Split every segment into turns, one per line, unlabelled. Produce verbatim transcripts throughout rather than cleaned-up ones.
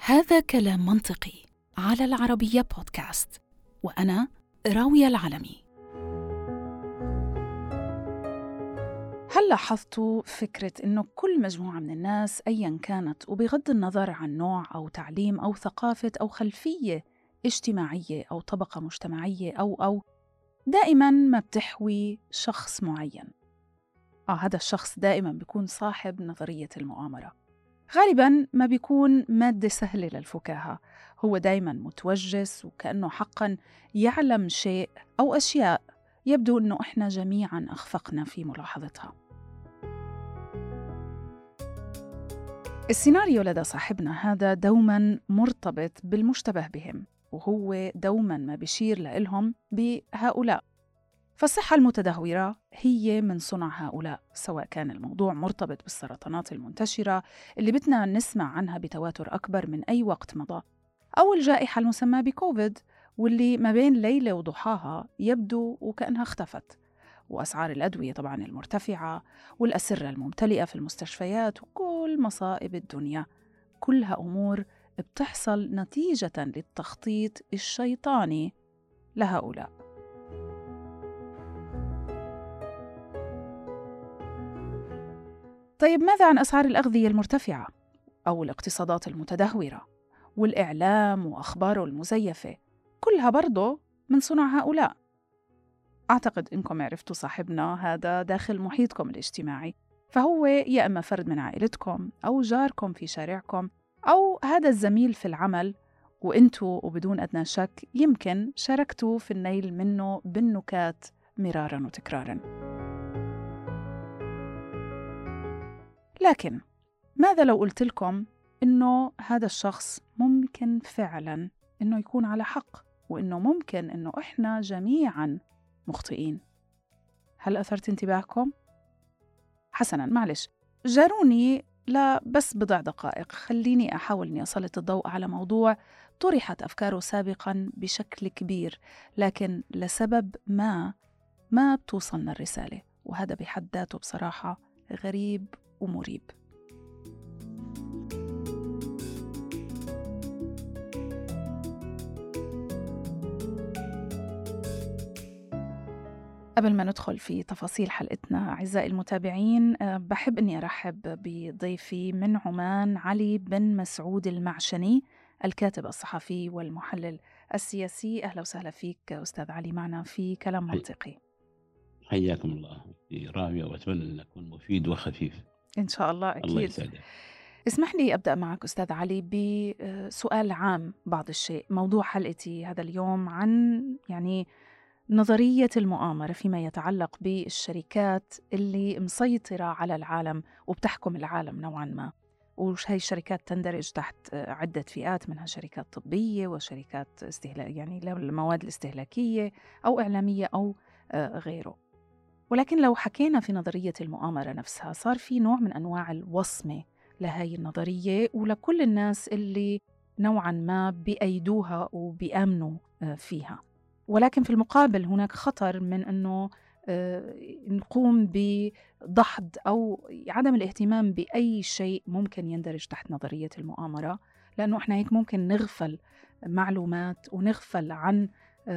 هذا كلام منطقي على العربية بودكاست، وأنا راوية العلمي. هل لاحظتوا فكرة إنه كل مجموعة من الناس أياً كانت، وبغض النظر عن نوع أو تعليم أو ثقافة أو خلفية اجتماعية أو طبقة مجتمعية أو أو دائماً ما بتحوي شخص معين؟ آه هذا الشخص دائماً بيكون صاحب نظرية المؤامرة. غالباً ما بيكون مادة سهلة للفكاهة، هو دايماً متوجس وكأنه حقاً يعلم شيء أو أشياء يبدو أنه إحنا جميعاً أخفقنا في ملاحظتها. السيناريو لدى صاحبنا هذا دوماً مرتبط بالمشتبه بهم، وهو دوماً ما بيشير لإلهم بهؤلاء. فالصحة المتدهورة هي من صنع هؤلاء، سواء كان الموضوع مرتبط بالسرطانات المنتشرة اللي بدنا نسمع عنها بتواتر أكبر من أي وقت مضى، أو الجائحة المسمى بكوفيد واللي ما بين ليلة وضحاها يبدو وكأنها اختفت، وأسعار الأدوية طبعاً المرتفعة، والأسرة الممتلئة في المستشفيات، وكل مصائب الدنيا، كلها أمور بتحصل نتيجة للتخطيط الشيطاني لهؤلاء. طيب ماذا عن أسعار الأغذية المرتفعة أو الاقتصادات المتدهورة والإعلام وأخباره المزيفة؟ كلها برضو من صنع هؤلاء. أعتقد إنكم عرفتوا صاحبنا هذا داخل محيطكم الاجتماعي، فهو يا إما فرد من عائلتكم أو جاركم في شارعكم أو هذا الزميل في العمل، وإنتوا وبدون أدنى شك يمكن شاركتوا في النيل منه بالنكات مراراً وتكراراً. لكن ماذا لو قلت لكم إنه هذا الشخص ممكن فعلاً إنه يكون على حق، وإنه ممكن إنه إحنا جميعاً مخطئين؟ هل أثرت انتباهكم؟ حسناً، معلش جاروني لا بس بضع دقائق، خليني أحاول أني أسلط الضوء على موضوع طرحت أفكاره سابقاً بشكل كبير، لكن لسبب ما ما بتوصلنا الرسالة، وهذا بحد ذاته بصراحة غريب ومريب. قبل ما ندخل في تفاصيل حلقتنا أعزائي المتابعين، أه بحب أني أرحب بضيفي من عمان، علي بن مسعود المعشني، الكاتب الصحفي والمحلل السياسي. أهلا وسهلا فيك أستاذ علي معنا في كلام منطقي.
حياكم الله راوية، وأتمنى أن أكون مفيد وخفيف
إن شاء الله. أكيد.
الله يسعدك.
اسمح لي أبدأ معك أستاذ علي بسؤال عام بعض الشيء. موضوع حلقتي هذا اليوم عن يعني نظرية المؤامرة فيما يتعلق بالشركات اللي مسيطرة على العالم وبتحكم العالم نوعاً ما، وش هاي الشركات تندرج تحت عدة فئات، منها شركات طبية وشركات استهلاك يعني للمواد الاستهلاكية أو إعلامية أو غيره. ولكن لو حكينا في نظرية المؤامرة نفسها، صار في نوع من أنواع الوصمة لهاي النظرية ولكل الناس اللي نوعاً ما بيأيدوها وبيأمنوا فيها. ولكن في المقابل هناك خطر من أنه نقوم بضحض أو عدم الاهتمام بأي شيء ممكن يندرج تحت نظرية المؤامرة، لأنه إحنا هيك ممكن نغفل معلومات ونغفل عن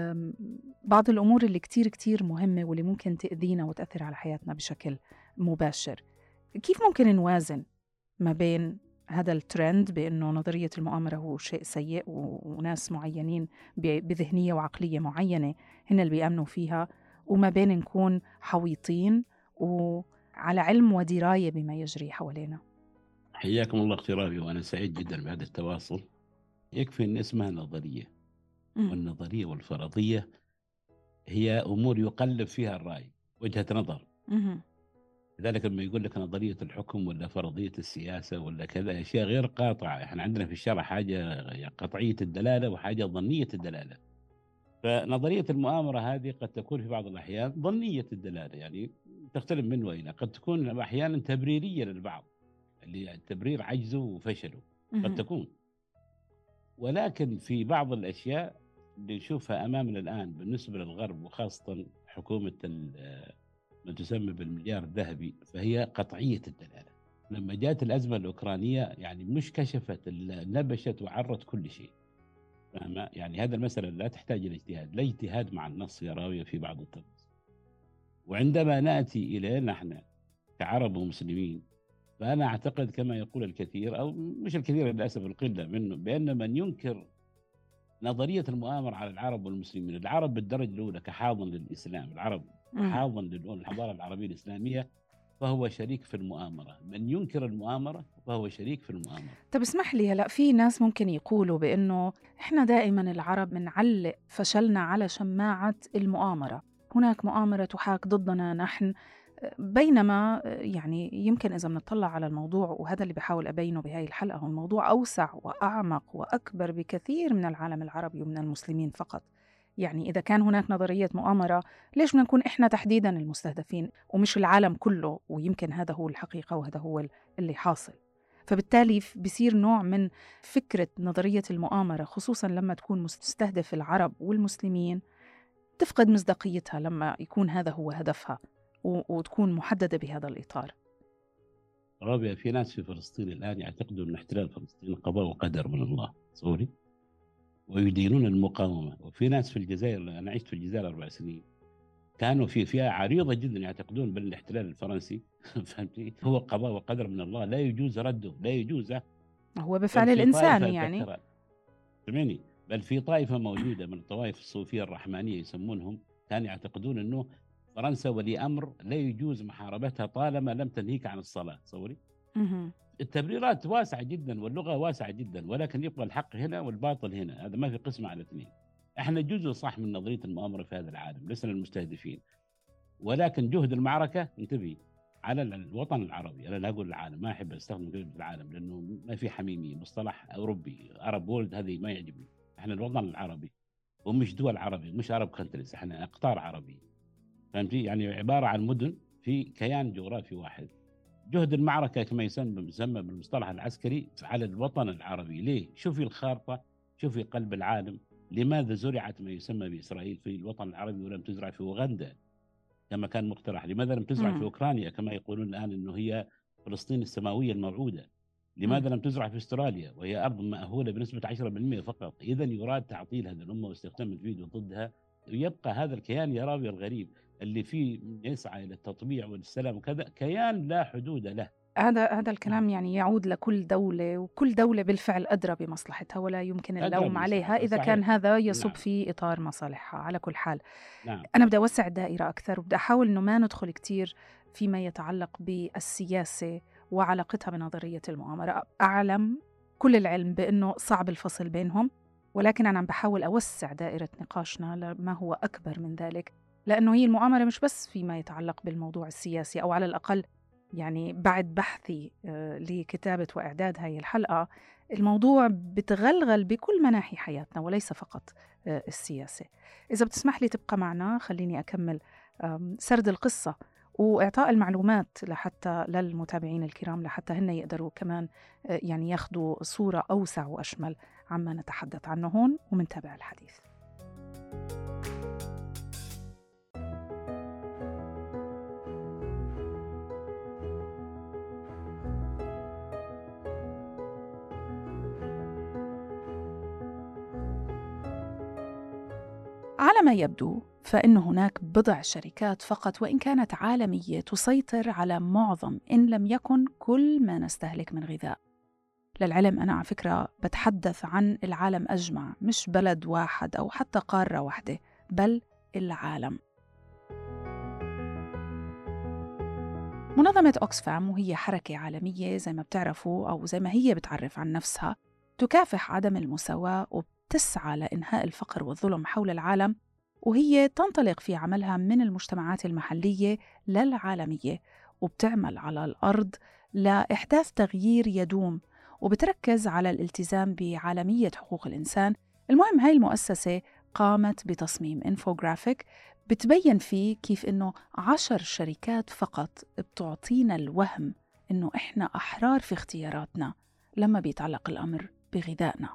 بعض الأمور اللي كتير كتير مهمة واللي ممكن تأذينا وتأثر على حياتنا بشكل مباشر. كيف ممكن نوازن ما بين هذا الترند بأنه نظرية المؤامرة هو شيء سيء وناس معينين بذهنية وعقلية معينة هن اللي بيأمنوا فيها، وما بين نكون حويطين وعلى علم ودراية بما يجري حوالينا؟
حياكم الله أختي راوية، وأنا سعيد جدا بهذا التواصل. يكفي أن اسمها نظرية، م. والنظرية والفرضية هي أمور يقلب فيها الرأي، وجهة نظر. م. لذلك لما يقول لك نظرية الحكم ولا فرضية السياسة ولا كذا، أشياء غير قاطعة. احنا عندنا في الشرع حاجة قطعية الدلالة وحاجة ظنية الدلالة. فنظرية المؤامرة هذه قد تكون في بعض الأحيان ظنية الدلالة، يعني تختلف من وإلى، قد تكون أحيانا تبريرية للبعض، اللي التبرير عجزه وفشله قد تكون. ولكن في بعض الأشياء اللي نشوفها أمامنا الآن بالنسبة للغرب، وخاصة حكومة ما تسمى بالمليار الذهبي، فهي قطعية الدلالة. لما جاءت الأزمة الأوكرانية يعني مش كشفت، نبشت وعرت كل شيء. فاهمة؟ يعني هذا المسألة لا تحتاج إلى اجتهاد، لا اجتهاد مع النص يا راوية في بعض التفاصيل. وعندما نأتي إلى نحن كعرب ومسلمين، فأنا أعتقد كما يقول الكثير أو مش الكثير للأسف القلة منه، بأن من ينكر نظرية المؤامرة على العرب والمسلمين، العرب بالدرجة الأولى كحاضن للإسلام، العرب حاضن للحضارة العربية الإسلامية، فهو شريك في المؤامرة. من ينكر المؤامرة فهو شريك في المؤامرة.
طب اسمح لي، هلأ في ناس ممكن يقولوا بأنه إحنا دائما العرب منعلق فشلنا على شماعة المؤامرة، هناك مؤامرة تحاك ضدنا نحن، بينما يعني يمكن إذا بنطلع على الموضوع، وهذا اللي بحاول أبينه بهاي الحلقة، هو الموضوع أوسع وأعمق وأكبر بكثير من العالم العربي ومن المسلمين فقط. يعني إذا كان هناك نظرية مؤامرة، ليش بدنا نكون إحنا تحديداً المستهدفين ومش العالم كله؟ ويمكن هذا هو الحقيقة وهذا هو اللي حاصل. فبالتالي بيصير نوع من فكرة نظرية المؤامرة، خصوصاً لما تكون مستهدف العرب والمسلمين، تفقد مصداقيتها لما يكون هذا هو هدفها وتكون محددة بهذا الإطار.
رابع، في ناس في فلسطين الآن يعتقدوا أن احتلال فلسطين قضاء وقدر من الله صوري، ويدينون المقاومة. وفي ناس في الجزائر، أنا عشت في الجزائر أربع سنين، كانوا في فئة عريضة جدا يعتقدون بالاحتلال الفرنسي فهمتي هو قضاء وقدر من الله، لا يجوز رده، لا يجوز،
هو بفعل الإنسان يعني.
سمعني، بل في طائفة موجودة من الطوائف الصوفية الرحمانية يسمونهم، كانوا يعتقدون أنه فرنسا ولي أمر لا يجوز محاربتها طالما لم تنهيك عن الصلاة. صوري التبريرات واسعة جدا واللغة واسعة جدا، ولكن يبقى الحق هنا والباطل هنا، هذا ما في قسمة على اثنين. احنا جزء صح من نظرية المؤامرة في هذا العالم، لسنا المستهدفين، ولكن جهد المعركة انتبه على الوطن العربي. أنا لا أقول العالم، ما أحب أستخدم كلمة العالم لأنه ما في حميمية، مصطلح أوروبي عرب وولد هذه ما يعجبني. احنا الوطن العربي ومش دول عربية، مش عرب كنتريز، احنا أقطار عربية، فهمتي؟ يعني عبارة عن مدن في كيان جغرافي واحد. جهد المعركة كما يسمى يسمى بالمصطلح العسكري على الوطن العربي. ليه؟ شوفي الخارطة، شوفي قلب العالم، لماذا زرعت ما يسمى بإسرائيل في الوطن العربي ولم تزرع في أوغندا كما كان مقترح؟ لماذا لم تزرع في أوكرانيا كما يقولون الآن أنه هي فلسطين السماوية الموعودة؟ لماذا لم تزرع في استراليا وهي أرض مأهولة بنسبة عشرة بالمئة فقط؟ إذا يراد تعطيل هذه الأمة واستخدام الفيديو ضدها، ويبقى هذا الكيان يا راوي الغريب اللي فيه يسعى إلى التطبيع والسلام وكذا، كيان لا حدود له.
هذا هذا الكلام يعني يعود لكل دولة، وكل دولة بالفعل أدرى بمصلحتها ولا يمكن اللوم عليها إذا صحيح. كان هذا يصب نعم. في إطار مصالحها. على كل حال نعم. أنا بدي أوسع الدائرة أكثر، وبدي أحاول إنه ما ندخل كتير فيما يتعلق بالسياسة وعلاقتها بنظرية المؤامرة. أعلم كل العلم بأنه صعب الفصل بينهم، ولكن أنا عم بحاول أوسع دائرة نقاشنا لما هو أكبر من ذلك، لأنه هي المؤامرة مش بس فيما يتعلق بالموضوع السياسي، أو على الأقل يعني بعد بحثي لكتابة وإعداد هاي الحلقة الموضوع بتغلغل بكل مناحي حياتنا وليس فقط السياسة. إذا بتسمح لي تبقى معنا، خليني أكمل سرد القصة وإعطاء المعلومات لحتى للمتابعين الكرام لحتى هن يقدروا كمان يعني ياخدوا صورة أوسع وأشمل عما نتحدث عنه هون، ومنتابع الحديث. على ما يبدو فإن هناك بضع شركات فقط، وإن كانت عالمية، تسيطر على معظم إن لم يكن كل ما نستهلك من غذاء. للعلم أنا على فكرة بتحدث عن العالم أجمع، مش بلد واحد أو حتى قارة واحدة، بل العالم. منظمة أوكسفام، وهي حركة عالمية زي ما بتعرفوا أو زي ما هي بتعرف عن نفسها، تكافح عدم المساواة وبتسعى لإنهاء الفقر والظلم حول العالم، وهي تنطلق في عملها من المجتمعات المحلية للعالمية، وبتعمل على الأرض لإحداث تغيير يدوم، وبتركز على الالتزام بعالمية حقوق الإنسان. المهم هاي المؤسسة قامت بتصميم إنفوغرافيك بتبين فيه كيف إنه عشر شركات فقط بتعطينا الوهم إنه إحنا أحرار في اختياراتنا لما بيتعلق الأمر بغذائنا،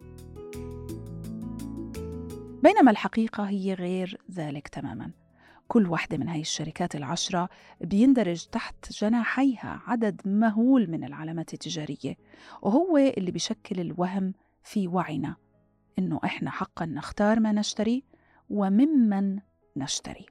بينما الحقيقة هي غير ذلك تماماً. كل واحدة من هاي الشركات العشرة بيندرج تحت جناحيها عدد مهول من العلامات التجارية، وهو اللي بيشكل الوهم في وعينا إنه إحنا حقاً نختار ما نشتري وممن نشتري.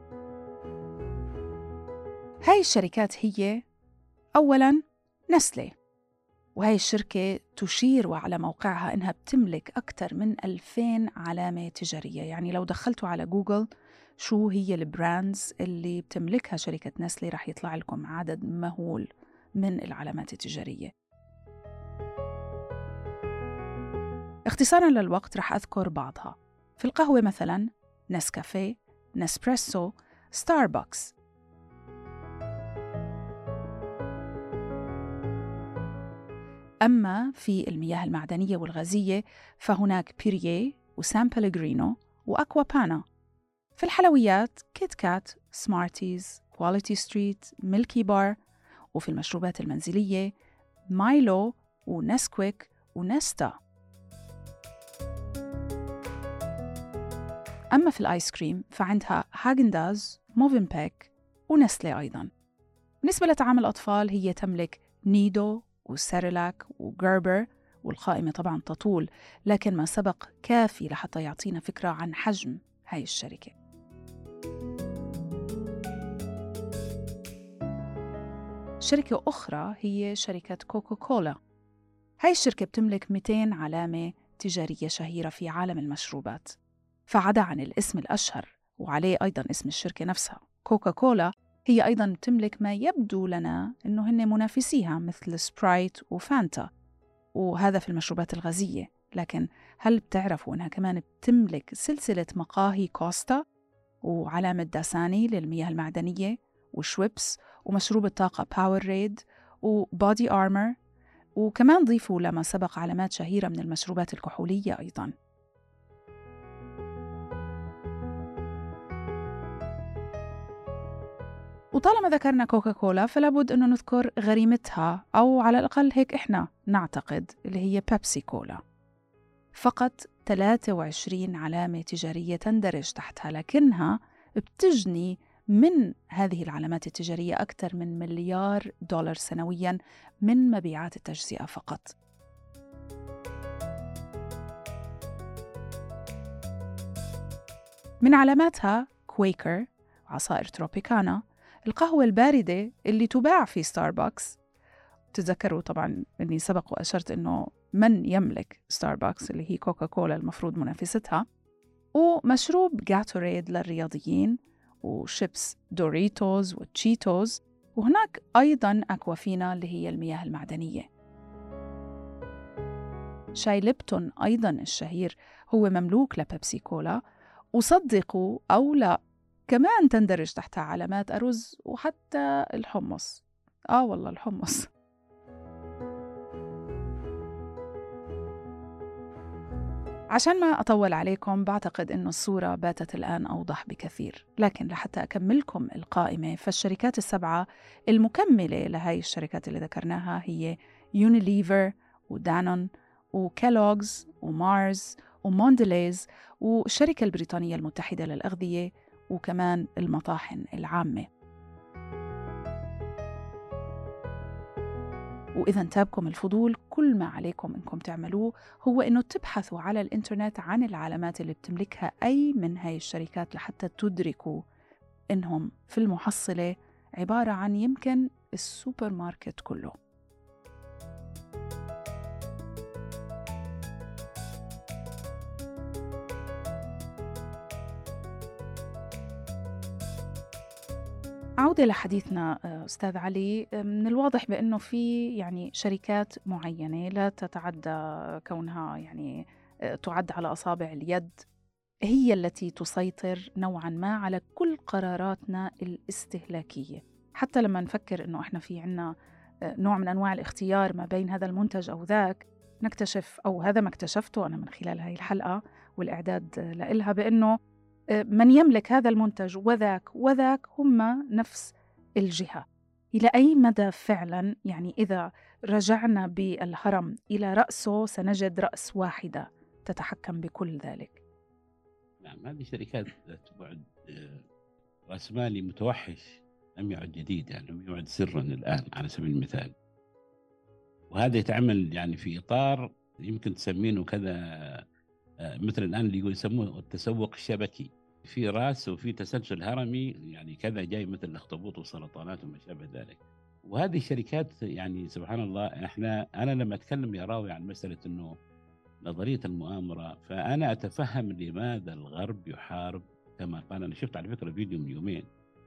هاي الشركات هي أولاً نسلي، وهي الشركة تشير على موقعها إنها بتملك أكثر من ألفين علامة تجارية. يعني لو دخلتوا على جوجل شو هي البراندز اللي بتملكها شركة نسلي رح يطلع لكم عدد مهول من العلامات التجارية. اختصاراً للوقت رح أذكر بعضها. في القهوة مثلاً نسكافيه، نسبريسو، ستاربكس. أما في المياه المعدنية والغازية فهناك بيريه وسان بيلغرينو وأكوا بانا. في الحلويات كيت كات، سمارتيز، كواليتي ستريت، ميلكي بار. وفي المشروبات المنزلية مايلو ونسكويك ونستا. أما في الآيس كريم فعندها هاجنداز، موفنبيك ونسلي أيضاً. بالنسبة لطعام الأطفال هي تملك نيدو وسيريلاك وجربر، والقائمة طبعاً تطول، لكن ما سبق كافي لحتى يعطينا فكرة عن حجم هاي الشركة. شركة أخرى هي شركة كوكا كولا. هاي الشركة بتملك مئتين علامة تجارية شهيرة في عالم المشروبات. فعدا عن الاسم الأشهر وعليه أيضاً اسم الشركة نفسها كوكا كولا، هي أيضاً تملك ما يبدو لنا أنه هن منافسيها مثل سبرايت وفانتا، وهذا في المشروبات الغازية. لكن هل بتعرفوا أنها كمان بتملك سلسلة مقاهي كوستا وعلامة داساني للمياه المعدنية وشويبس ومشروب الطاقة باور ريد وبودي آرمر، وكمان ضيفوا لما سبق علامات شهيرة من المشروبات الكحولية أيضاً. وطالما ذكرنا كوكا كولا فلابد أنه نذكر غريمتها، أو على الأقل هيك إحنا نعتقد، اللي هي بيبسي كولا. فقط ثلاثة وعشرين علامة تجارية تندرج تحتها، لكنها بتجني من هذه العلامات التجارية أكثر من مليار دولار سنوياً من مبيعات التجزئة فقط. من علاماتها كويكر، عصائر تروبيكانا، القهوة الباردة اللي تباع في ستاربكس. تذكروا طبعاً أني سبق وأشرت أنه من يملك ستاربكس اللي هي كوكا كولا المفروض منافستها، ومشروب جاتوريد للرياضيين، وشيبس دوريتوز وتشيتوز، وهناك أيضاً أكوافينا اللي هي المياه المعدنية. شاي ليبتون أيضاً الشهير هو مملوك لبيبسي كولا، وصدقوا أو لا كمان تندرج تحتها علامات أرز وحتى الحمص. آه والله الحمص. عشان ما أطول عليكم بعتقد إنه الصورة باتت الآن أوضح بكثير، لكن لحتى أكملكم القائمة فالشركات السبعة المكملة لهاي الشركات اللي ذكرناها هي يونيليفر ودانون وكيلوغز ومارز وموندليز والشركة البريطانية المتحدة للأغذية وكمان المطاحن العامة. وإذا انتابكم الفضول كل ما عليكم إنكم تعملوه هو إنه تبحثوا على الإنترنت عن العلامات اللي بتملكها أي من هاي الشركات لحتى تدركوا إنهم في المحصلة عبارة عن يمكن السوبر ماركت كله. عودة لحديثنا أستاذ علي، من الواضح بأنه في يعني شركات معينة لا تتعدى كونها يعني تعد على أصابع اليد هي التي تسيطر نوعاً ما على كل قراراتنا الاستهلاكية. حتى لما نفكر أنه إحنا في عنا نوع من أنواع الاختيار ما بين هذا المنتج أو ذاك، نكتشف أو هذا ما اكتشفته أنا من خلال هاي الحلقة والإعداد لإلها بأنه من يملك هذا المنتج وذاك وذاك هم نفس الجهة. إلى أي مدى فعلا يعني إذا رجعنا بالهرم إلى رأسه سنجد رأس واحدة تتحكم بكل ذلك؟
نعم، هذه شركات ذات بعد رأسمالي متوحش لم يعد جديد، يعني لم يعد سرا الآن على سبيل المثال. وهذا يتعمل يعني في إطار يمكن تسمينه كذا، آه، مثل الآن اللي يقول يسموه التسوق الشبكي، في راس وفي تسلسل هرمي يعني كذا جاي مثل الاخطبوط والسرطانات وما شابه ذلك. وهذه الشركات يعني سبحان الله، احنا انا لما اتكلم يا راوي عن مساله انه نظريه المؤامره، فانا اتفهم لماذا الغرب يحارب. كما قال، انا شفت على فكره فيديو من يومين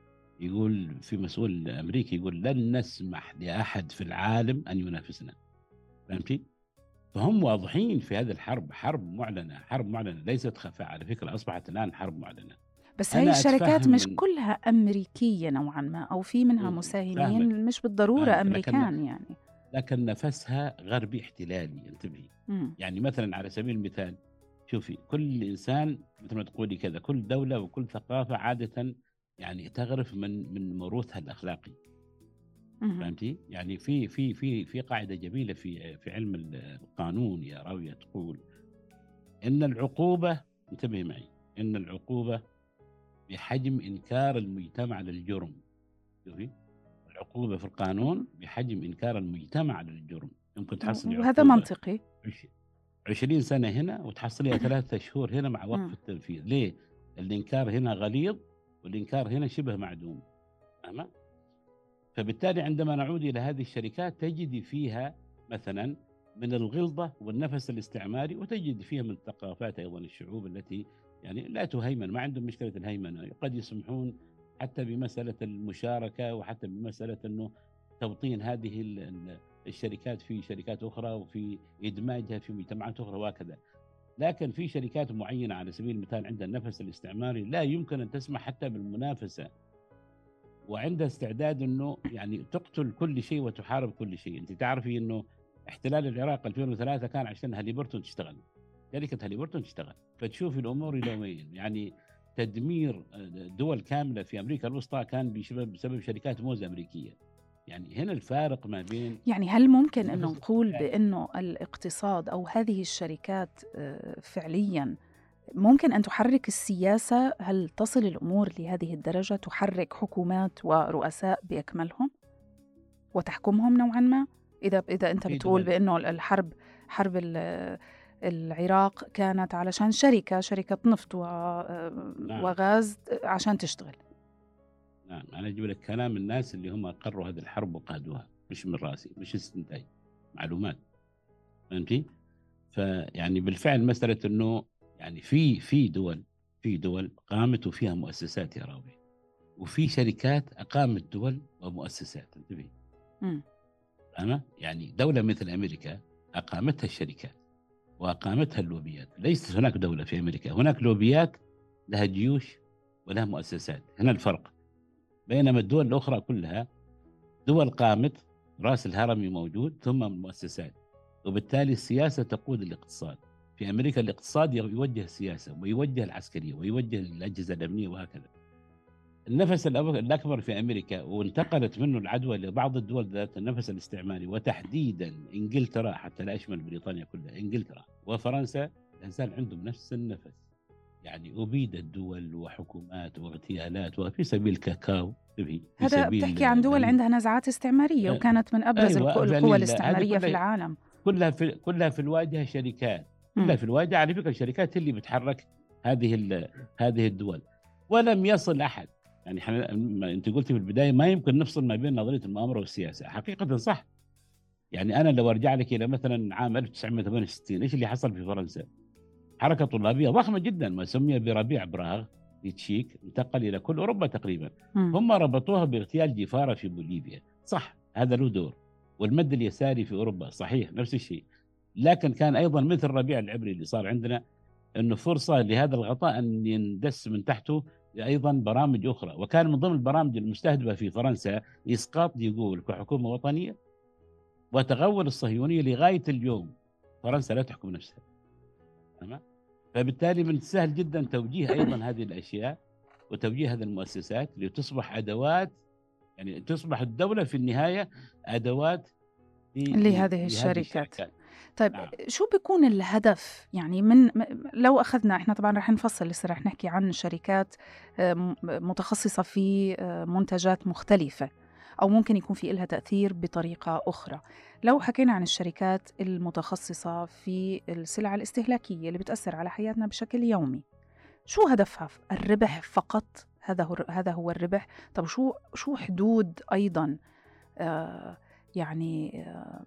يقول في مسؤول امريكي يقول لن نسمح لاحد في العالم ان ينافسنا. فهمتي؟ فهم واضحين في هذه الحرب، حرب معلنه، حرب معلنه ليست خفاء، على فكره اصبحت الان حرب معلنه.
بس هاي
انا
الشركات
اتفهم
مش
من
كلها أمريكية نوعا ما، أو في منها
فاهمك
مساهمين مش بالضرورة
فاهمك لكن
أمريكان يعني.
لكن نفسها غربي احتلالي، انتبهي.
مم.
يعني مثلا على سبيل المثال، شوفي كل انسان مثل ما تقولي كذا، كل دوله وكل ثقافه عاده يعني تغرف من من موروثها الاخلاقي.
مم.
فهمتي؟ يعني في في في في قاعده جميله في في علم القانون يا راويه، تقول ان العقوبه، انتبهي معي، ان العقوبه بحجم انكار المجتمع للجرم. شوفي، العقوبة في القانون بحجم إنكار المجتمع للجرم. يمكن تحصلي
وهذا
عقوبة
منطقي.
عش- عشرين سنة هنا وتحصليها ثلاثة شهور هنا مع وقف
مم.
التنفيذ. ليه؟ الإنكار هنا غليظ والإنكار هنا شبه معدوم. فاهمة؟ فبالتالي عندما نعود إلى هذه الشركات تجد فيها مثلا من الغلظة والنفس الاستعماري، وتجد فيها من ثقافات أيضا الشعوب التي يعني لا تهيمن، ما عندهم مشكلة الهيمنة، قد يسمحون حتى بمسألة المشاركة، وحتى بمسألة أنه توطين هذه ال- ال- الشركات في شركات أخرى وفي إدماجها في مجتمعات أخرى وهكذا. لكن في شركات معينة على سبيل المثال عندها النفس الاستعماري لا يمكن أن تسمح حتى بالمنافسة، وعندها استعداد انه يعني تقتل كل شيء وتحارب كل شيء. انت تعرفي انه احتلال العراق ألفين وثلاثة كان عشان هاليبرتون تشتغل، شركه هاليبرتون تشتغل. فتشوفي الامور الى وين، يعني تدمير دول كامله في امريكا الوسطى كان بسبب بسبب شركات موز امريكيه. يعني هنا الفارق ما بين
يعني هل ممكن أن
النفس
نقول
الاستعماري.
بأنه الاقتصاد أو هذه الشركات آه، فعلياً ممكن أن تحرك السياسة؟ هل تصل الأمور لهذه الدرجة تحرك حكومات ورؤساء بأكملهم وتحكمهم نوعا ما؟ إذا إذا أنت
في
بتقول
دول،
بأنه الحرب، حرب ال- العراق كانت علشان شركة شركة نفط و-
نعم
وغاز عشان تشتغل.
نعم، انا اجيب لك كلام الناس اللي هم قروا هذه الحرب وقادوها، مش من راسي، مش استنتاج، معلومات. فهمتي؟ فيعني بالفعل مسألة أنه يعني في في دول، في دول قامت وفيها مؤسسات يا راوي، وفي شركات أقامت دول ومؤسسات. انتبهي،
مم.
أنا يعني دولة مثل أمريكا أقامتها الشركات وأقامتها اللوبيات. ليست هناك دولة في أمريكا، هناك لوبيات لها جيوش ولها مؤسسات. هنا الفرق. بينما الدول الأخرى كلها دول قامت، رأس الهرمي موجود ثم المؤسسات، وبالتالي السياسة تقود الاقتصاد. في أمريكا الاقتصاد يوجه السياسة ويوجه العسكرية ويوجه الأجهزة الأمنية وهكذا. النفس الأب- الأكبر في أمريكا، وانتقلت منه العدوى لبعض الدول ذات النفس الاستعماري، وتحديدا إنجلترا، حتى لا أشمل بريطانيا كلها، إنجلترا وفرنسا لا زال عندهم نفس النفس. يعني أبيدت دول وحكومات واغتيالات وفي سبيل كاكاو، في
هذا
سبيل
بتحكي عن دول
الهند.
عندها نزعات استعمارية
آه،
وكانت من أبرز القو-
ايوه
القوى
فانيلا هذه
الاستعمارية في
كلها،
العالم.
كلها في كلها في الواجهه شركات، كلها
مم.
في الواجهه. على فكره الشركات اللي بتحرك هذه ال- هذه الدول، ولم يصل احد. يعني احنا ما انت قلتي في البدايه ما يمكن نفصل ما بين نظريه المؤامره والسياسه، حقيقه صح. يعني انا لو ارجع لك الى مثلا عام ألف وتسعمائة وثمانية وستين، ايش اللي حصل في فرنسا؟ حركه طلابيه ضخمه جدا ما سمي بربيع براغ في تشيك، انتقل الى كل اوروبا تقريبا.
مم.
هم ربطوها باغتيال جيفارا في بوليفيا، صح هذا له دور. والمد اليساري في اوروبا صحيح نفس الشيء. لكن كان ايضا مثل ربيع العبري اللي صار عندنا، انه فرصه لهذا الغطاء ان يندس من تحته ايضا برامج اخرى. وكان من ضمن البرامج المستهدفه في فرنسا اسقاط ديغول كحكومه وطنيه وتغول الصهيونيه. لغايه اليوم فرنسا لا تحكم نفسها، تمام؟ فبالتالي من السهل جدا توجيه ايضا هذه الاشياء وتوجيه هذه المؤسسات لتصبح ادوات، يعني تصبح الدوله في النهايه ادوات ل- ل-
لهذه
لهذه
الشركات.
الشركات.
طيب
نعم.
شو بيكون الهدف يعني من م- لو أخذنا إحنا طبعا رح نفصل لسه رح نحكي عن شركات آه، م- متخصصة في آه، منتجات مختلفة أو ممكن يكون في إلها تأثير بطريقة أخرى. لو حكينا عن الشركات المتخصصة في السلع الاستهلاكية اللي بتأثر على حياتنا بشكل يومي، شو هدفها؟ الربح فقط؟ هذا هو هذا هو الربح؟ طب شو شو حدود أيضا آه، يعني آه،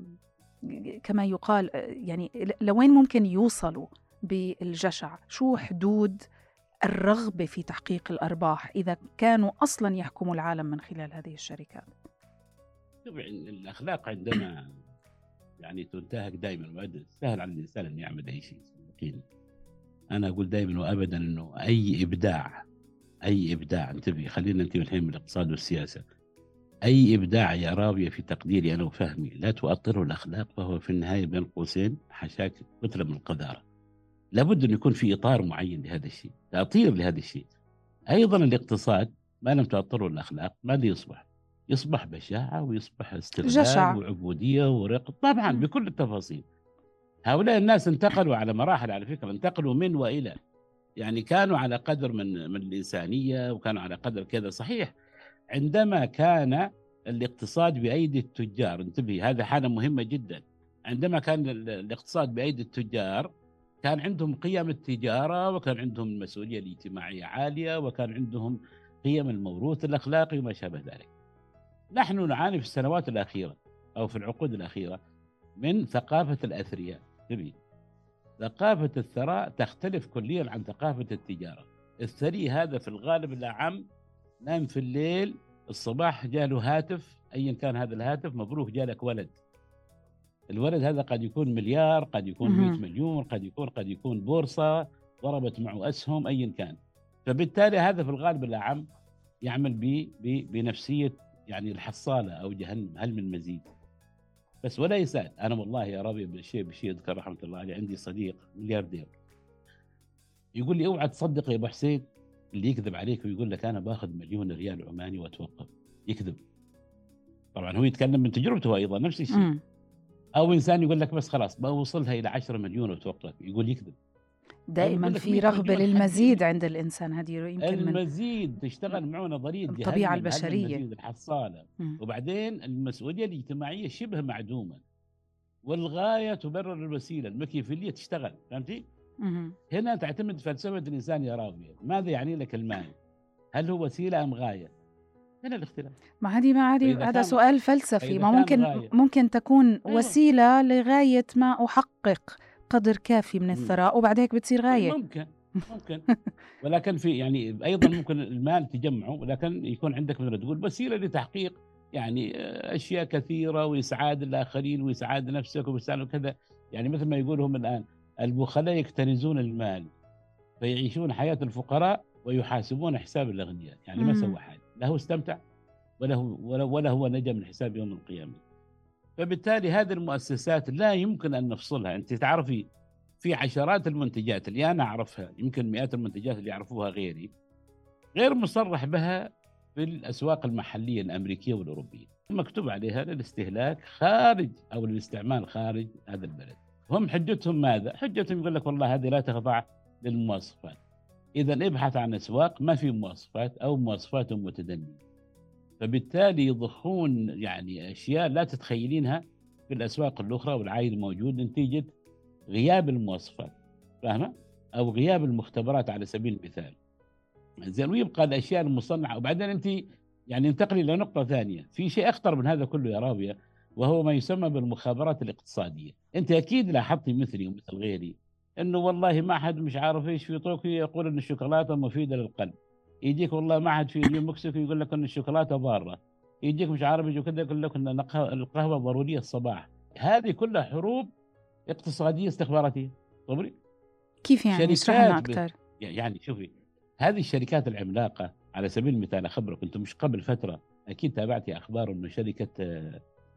كما يقال آه، يعني ل- لوين ممكن يوصلوا بالجشع؟ شو حدود الرغبة في تحقيق الأرباح إذا كانوا أصلا يحكموا العالم من خلال هذه الشركات؟
طبعا الأخلاق عندما يعني تنتهك دائما وأبدا، سهل على الإنسان أن يعمل أي شيء. صدقيني أنا أقول دائما وأبدا أنه أي إبداع، أي إبداع، انتبه خلينا ننتبه الحين من الاقتصاد والسياسة. أي إبداع يا راوية في تقديري أنا وفهمي لا تؤطره الأخلاق فهو في النهاية بين قوسين حشاك كتلة من القذارة. لابد أن يكون في إطار معين لهذا الشيء، تأطير لهذا الشيء. أيضا الاقتصاد ما لم تؤطره الأخلاق ماذا يصبح؟ يصبح بشاعة ويصبح استغلال
جشع.
وعبودية ورق، طبعا
مم.
بكل التفاصيل. هؤلاء الناس انتقلوا على مراحل، على فكرة انتقلوا من وإلى، يعني كانوا على قدر من من الإنسانية وكانوا على قدر كذا صحيح. عندما كان الاقتصاد بأيدي التجار، انتبه هذا حالة مهمة جدا، عندما كان ال- الاقتصاد بأيدي التجار كان عندهم قيم التجارة وكان عندهم المسؤولية الاجتماعية عالية وكان عندهم قيم الموروث الأخلاقي وما شابه ذلك. نحن نعاني في السنوات الأخيرة أو في العقود الأخيرة من ثقافة الأثرياء. انتبه، ثقافة الثراء تختلف كليا عن ثقافة التجارة. الثري هذا في الغالب الأعم نام في الليل، الصباح جاله هاتف أيا كان هذا الهاتف، مبروك جالك ولد. الولد هذا قد يكون مليار، قد يكون مئة
مهم.
مليون، قد يكون قد يكون بورصة ضربت معه أسهم أيا كان. فبالتالي هذا في الغالب الأعم يعمل ب- ب- بنفسية يعني الحصالة أو جهنم، هل من مزيد؟ بس ولا يسأل. أنا والله يا ربي بالشيء بشيء أذكر رحمة الله عليه، عندي صديق ملياردير يقول لي اوعى تصدق يا ابو حسين اللي يكذب عليك ويقول لك انا باخذ مليون ريال عماني واتوقف، يكذب. طبعا هو يتكلم من تجربته ايضا نفس الشيء.
مم.
او انسان يقول لك بس خلاص بوصلها الى عشرة مليون واتوقف، يقول يكذب. او
دائما
يقول لك
في
مئة
رغبة
مليون
للمزيد
حدي
عند الإنسان، هذه يمكن من
المزيد، تشتغل معه نظريه
الطبيعة
جهنم، هل من
البشرية.
مزيد الحصاله.
مم.
وبعدين المسؤوليه الاجتماعيه شبه معدومه، والغايه تبرر الوسيله، المكيفيليه تشتغل، فهمتي؟
مهم.
هنا تعتمد فلسفه الانسان يا راوية، ماذا يعني لك المال؟ هل هو وسيله ام غايه؟ هنا الاختلاف.
ما هذه ما
فاذا
هذه هذا
كان
سؤال فلسفي.
فاذا
ما
كان
ممكن
غايه،
ممكن تكون
ايوه،
وسيلة لغاية ما أحقق قدر كافي من
مم.
الثراء وبعد هيك بتصير غاية.
ممكن ممكن ولكن في يعني ايضا ممكن المال تجمعه، ولكن يكون عندك مثل ما تقول وسيله لتحقيق يعني آه، اشياء كثيره واسعاد الاخرين واسعاد نفسك واسعاد وكذا. يعني مثل ما يقول هم الان البخلاء يكتنزون المال فيعيشون حياه الفقراء ويحاسبون حساب الاغنياء. يعني ما
مم.
سوى حاجه، لا هو استمتع ولا هو ولا, ولا هو نجا من حساب يوم القيامه. فبالتالي هذه المؤسسات لا يمكن ان نفصلها. انت تعرفي في عشرات المنتجات اللي انا اعرفها، يمكن مئات المنتجات اللي يعرفوها غيري، غير مصرح بها في الاسواق المحليه الامريكيه والاوروبيه، مكتوب عليها للاستهلاك خارج او للاستعمال خارج هذا البلد. هم حجتهم ماذا؟ حجتهم يقول لك والله هذه لا تخضع للمواصفات. اذا ابحث عن اسواق ما في مواصفات او مواصفات متدنيه، فبالتالي يضخون يعني اشياء لا تتخيلينها في الاسواق الاخرى، والعائد موجود نتيجه غياب المواصفات، فاهمه؟ او غياب المختبرات على سبيل المثال. زين، ويبقى الاشياء المصنعه. وبعدين انت يعني انتقلي الى نقطه ثانيه، في شيء اخطر من هذا كله يا راويه، وهو ما يسمى بالمخابرات الاقتصاديه. انت اكيد لاحظتي مثلي ومثل غيري انه والله ما حد مش عارف ايش في طوكيو يقول ان الشوكولاته مفيده للقلب، يجيك والله ما حد في نيو مكسيكو يقول لك ان الشوكولاته ضاره، يجيك مش عارف يجي كذا يقول لك ان القهوه ضروريه الصباح. هذه كلها حروب اقتصاديه استخباراتيه. صبري.
كيف يعني؟ اشرح لنا
شركات ب...
أكثر.
يعني شوفي، هذه الشركات العملاقه على سبيل المثال اخبرك، انتم مش قبل فتره اكيد تابعتي اخبار انه شركه آه،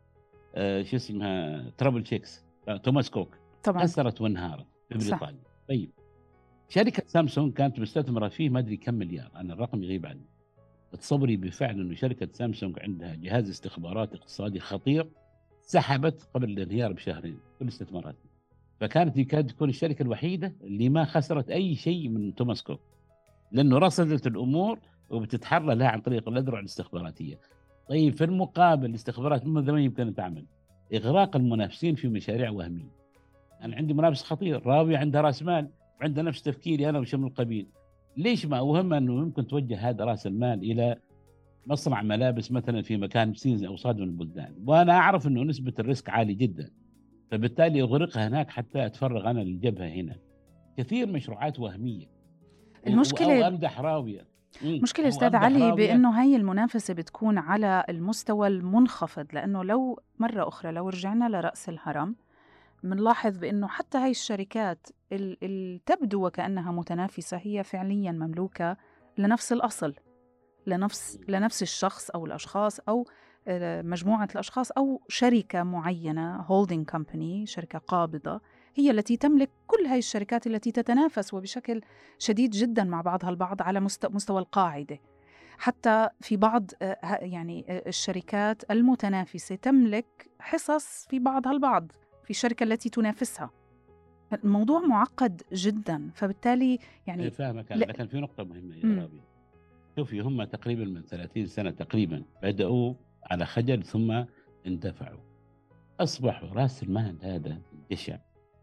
آه، شو اسمها ترابل شيكس، آه، توماس كوك،
طبعا.
خسرت وانهارت في
صح.
بريطانيا. طيب شركه سامسونج كانت مستثمره فيه ما ادري كم مليار، انا الرقم يغيب عني. تصوري بالفعل انه شركه سامسونج عندها جهاز استخبارات اقتصادي خطير سحبت قبل الانهيار بشهرين كل استثماراتها. فكانت يكاد تكون الشركة الوحيدة اللي ما خسرت أي شيء من توماس كوك، لأنه رصدت الأمور وبتتحرى لها عن طريق الأذرع الاستخباراتية. طيب في المقابل الاستخبارات من زمان يمكن أن تعمل إغراق المنافسين في مشاريع وهمية. أنا عندي منافس خطير، راوية عندها رأس مال وعندها نفس تفكيري أنا وشمل القبيل، ليش ما أوهم أنه يمكن توجه هذا رأس المال إلى مصنع ملابس مثلا في مكان سينز أو صاد من البلدان، وأنا أعرف أنه نسبة الريسك عالي جدا، فبالتالي أغرقها هناك حتى أتفرغ أنا للجبهة هنا. كثير مشروعات وهمية.
المشكلة
أو أمدح راوية.
مشكلة أستاذ علي بأنه هاي المنافسة بتكون على المستوى المنخفض، لأنه لو مرة أخرى لو رجعنا لرأس الهرم منلاحظ بأنه حتى هاي الشركات اللي تبدو وكأنها متنافسة هي فعليا مملوكة لنفس الأصل، لنفس لنفس الشخص أو الأشخاص أو مجموعة الأشخاص أو شركة معينة holding company، شركة قابضة هي التي تملك كل هاي الشركات التي تتنافس وبشكل شديد جدا مع بعضها البعض على مستوى القاعدة. حتى في بعض يعني الشركات المتنافسة تملك حصص في بعضها البعض في الشركة التي تنافسها. الموضوع معقد جدا، فبالتالي يعني
فاهمك. لكن في نقطة مهمة يا رابي، شوفي هم تقريبا من ثلاثين سنة تقريبا بدأوا على خجل ثم اندفعوا، أصبحوا رأس المال هذا الجشع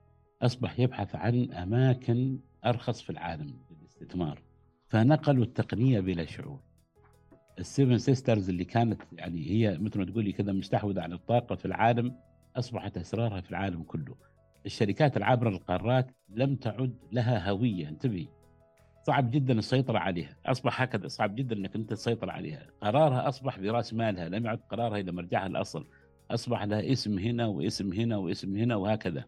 أصبح يبحث عن أماكن أرخص في العالم للاستثمار، فنقلوا التقنية بلا شعور. السيفن سيسترز اللي كانت يعني هي مثل ما تقولي كذا مستحوذة على الطاقة في العالم أصبحت أسرارها في العالم كله. الشركات العابرة للقارات لم تعد لها هوية، انتبهي، صعب جدا السيطرة عليها، أصبح هكذا صعب جدا أنك أنت تسيطر عليها. قرارها أصبح برأس مالها، لم يعد قرارها إلى مرجعها الأصل، أصبح لها اسم هنا واسم هنا واسم هنا وهكذا.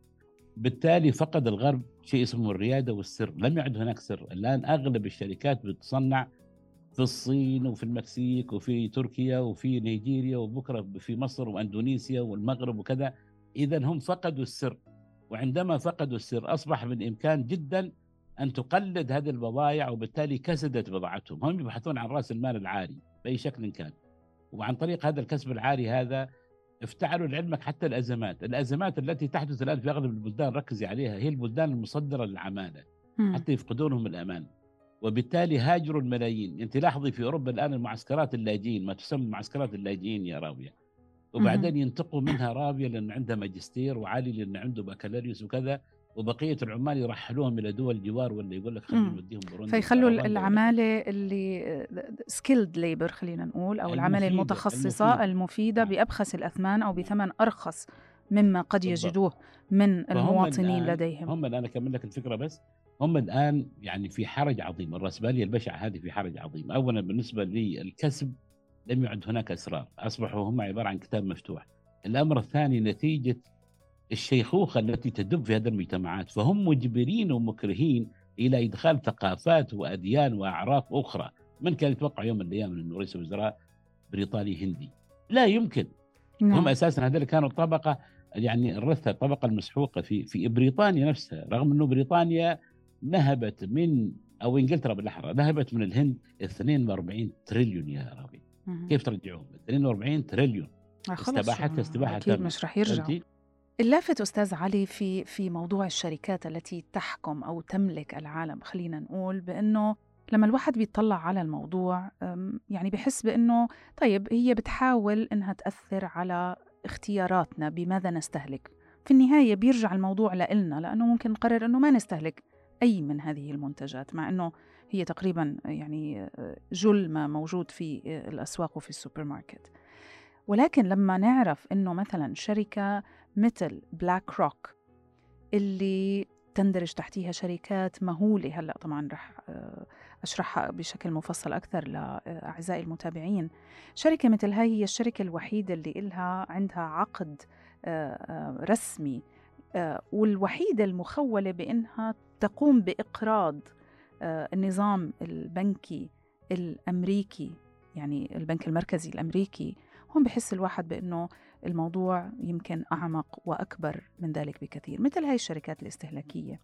بالتالي فقد الغرب شيء اسمه الريادة والسر، لم يعد هناك سر. الآن أغلب الشركات بتصنع في الصين وفي المكسيك وفي تركيا وفي نيجيريا وبكرة في مصر وأندونيسيا والمغرب وكذا. إذن هم فقدوا السر، وعندما فقدوا السر أصبح من الإمكان جدا أن تقلد هذه البضائع، وبالتالي كسدت بضاعتهم. هم يبحثون عن رأس المال العالي بأي شكل كان، وعن طريق هذا الكسب العالي هذا افتعلوا لعلمك حتى الأزمات الأزمات التي تحدث الآن في أغلب البلدان، ركزي عليها، هي البلدان المصدرة للعمالة حتى يفقدونهم الأمان، وبالتالي هاجروا الملايين. أنت لاحظي في أوروبا الآن المعسكرات اللاجئين، ما تسمى معسكرات اللاجئين يا راوية، وبعدين ينتقوا منها راوية لأن عنده ماجستير، وعالي لأن عنده بكالوريوس وكذا، وبقية العمال يرحلوهم إلى دول جوار، ولا يقول لك خلينا نوديهم بوروندي،
فيخلوا العمالة اللي سكيلد ليبر خلينا نقول، أو العمالة المتخصصة المفيدة, المفيدة بأبخس الأثمان أو بثمن أرخص مما قد يجدوه من المواطنين لديهم.
هم الآن أكمل لك الفكرة بس، هم الآن يعني في حرج عظيم، الرأسمالية البشعة هذه في حرج عظيم. أولا بالنسبة للكسب لم يعد هناك أسرار، أصبحوا هم عبارة عن كتاب مفتوح. الأمر الثاني نتيجة الشيخوخة التي تدب في هذه المجتمعات، فهم مجبرين ومكرهين إلى إدخال ثقافات وأديان وأعراف أخرى. من كان يتوقع يوم من الأيام أن رئيس وزراء بريطاني هندي؟ لا يمكن. نعم. هم أساسا هذول كانوا طبقة يعني الرثة، الطبقة المسحوقة في في بريطانيا نفسها، رغم أنه بريطانيا نهبت من أو إنجلترا بالأحرى نهبت من الهند اثنين وأربعين تريليون يا ربي. كيف ترجعهم اثنين وأربعين تريليون؟ استباحتها استباحة
أكيد مش رح يرجعوا. اللافت أستاذ علي في في موضوع الشركات التي تحكم أو تملك العالم، خلينا نقول بأنه لما الواحد بيطلع على الموضوع يعني بحس بأنه طيب هي بتحاول أنها تأثر على اختياراتنا بماذا نستهلك. في النهاية بيرجع الموضوع لإلنا، لأنه ممكن نقرر أنه ما نستهلك أي من هذه المنتجات، مع أنه هي تقريبا يعني جل ما موجود في الأسواق وفي السوبر ماركت. ولكن لما نعرف أنه مثلا شركة مثل بلاك روك اللي تندرج تحتيها شركات مهولة، هلأ طبعا رح أشرحها بشكل مفصل أكثر لأعزائي المتابعين. شركة مثل هاي هي الشركة الوحيدة اللي إلها عندها عقد رسمي والوحيدة المخولة بأنها تقوم بإقراض النظام البنكي الأمريكي، يعني البنك المركزي الأمريكي. هم بحس الواحد بأنه الموضوع يمكن أعمق وأكبر من ذلك بكثير. مثل هاي الشركات الاستهلاكية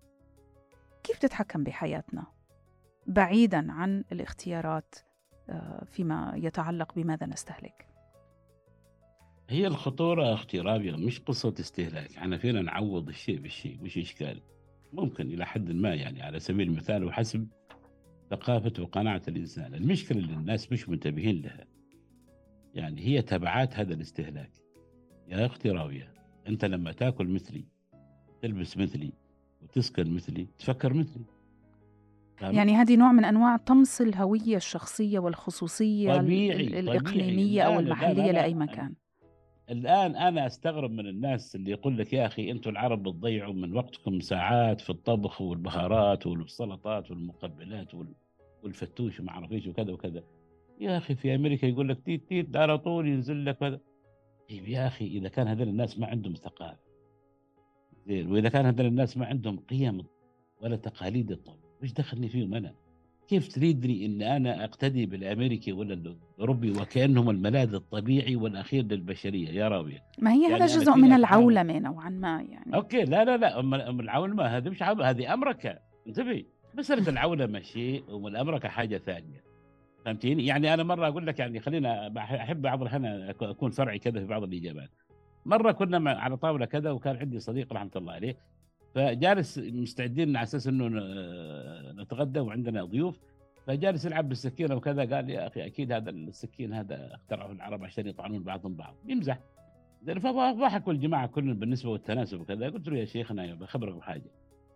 كيف تتحكم بحياتنا بعيداً عن الاختيارات فيما يتعلق بماذا نستهلك؟
هي الخطورة أختي رابعة مش قصة استهلاك، احنا فينا نعوض الشيء بالشيء مش إشكال، ممكن إلى حد ما يعني على سبيل المثال وحسب ثقافة وقناعة الإنسان. المشكلة اللي الناس مش منتبهين لها يعني هي تبعات هذا الاستهلاك. يا أختي راوية، أنت لما تاكل مثلي، تلبس مثلي، وتسكن مثلي، تفكر مثلي. فاهمة؟
يعني هذه نوع من أنواع طمس الهوية الشخصية والخصوصية ال- ال-
طبيعي طبيعي.
الإقليمية أو
الآن الآن
المحلية لأي
أنا
مكان.
الآن أنا أستغرب من الناس اللي يقول لك يا أخي أنتم العرب بتضيعوا من وقتكم ساعات في الطبخ والبهارات والسلطات والمقبلات وال- والفتوش وما أعرف إيش وكذا وكذا. يا أخي في أمريكا يقول لك تيت تيت على طول ينزل لك هذا. طيب يا أخي إذا كان هذول الناس ما عندهم ثقافة زين، وإذا كان هذول الناس ما عندهم قيم ولا تقاليد الطبع، وش دخلني فيهم أنا؟ كيف تريدني إن أنا أقتدي بالأمريكي ولا الأوروبي وكأنهم الملاذ الطبيعي والأخير للبشرية يا راوية؟
ما هي هذا
يعني أنا
جزء
فيني
من
أتعامل.
العولمة نوعا ما يعني.
أوكي، لا لا لا، أم أم العولمة هذه مش عولمة، هذه أمريكا. انتبهي، مسألة العولمة شيء والأمريكا حاجة ثانية. فهمتيني؟ يعني أنا مرة أقول لك يعني خلينا بح- أحب بعض الأحيان أك- أكون فرعي كذا في بعض الإجابات. مرة كنا مع- على طاولة كذا، وكان عندي صديق رحمة الله عليه، فجالس مستعدين على اساس انه ن- نتغدى وعندنا ضيوف، فجالس يلعب بالسكينه وكذا. قال يا اخي اكيد هذا السكين هذا اخترعه العرب عشان يطعنون بعضهم بعض، يمزح. زين، فضحكوا الجماعه كلهم بالنسبه والتناسب وكذا. قلت له يا شيخنا بخبرك بحاجه،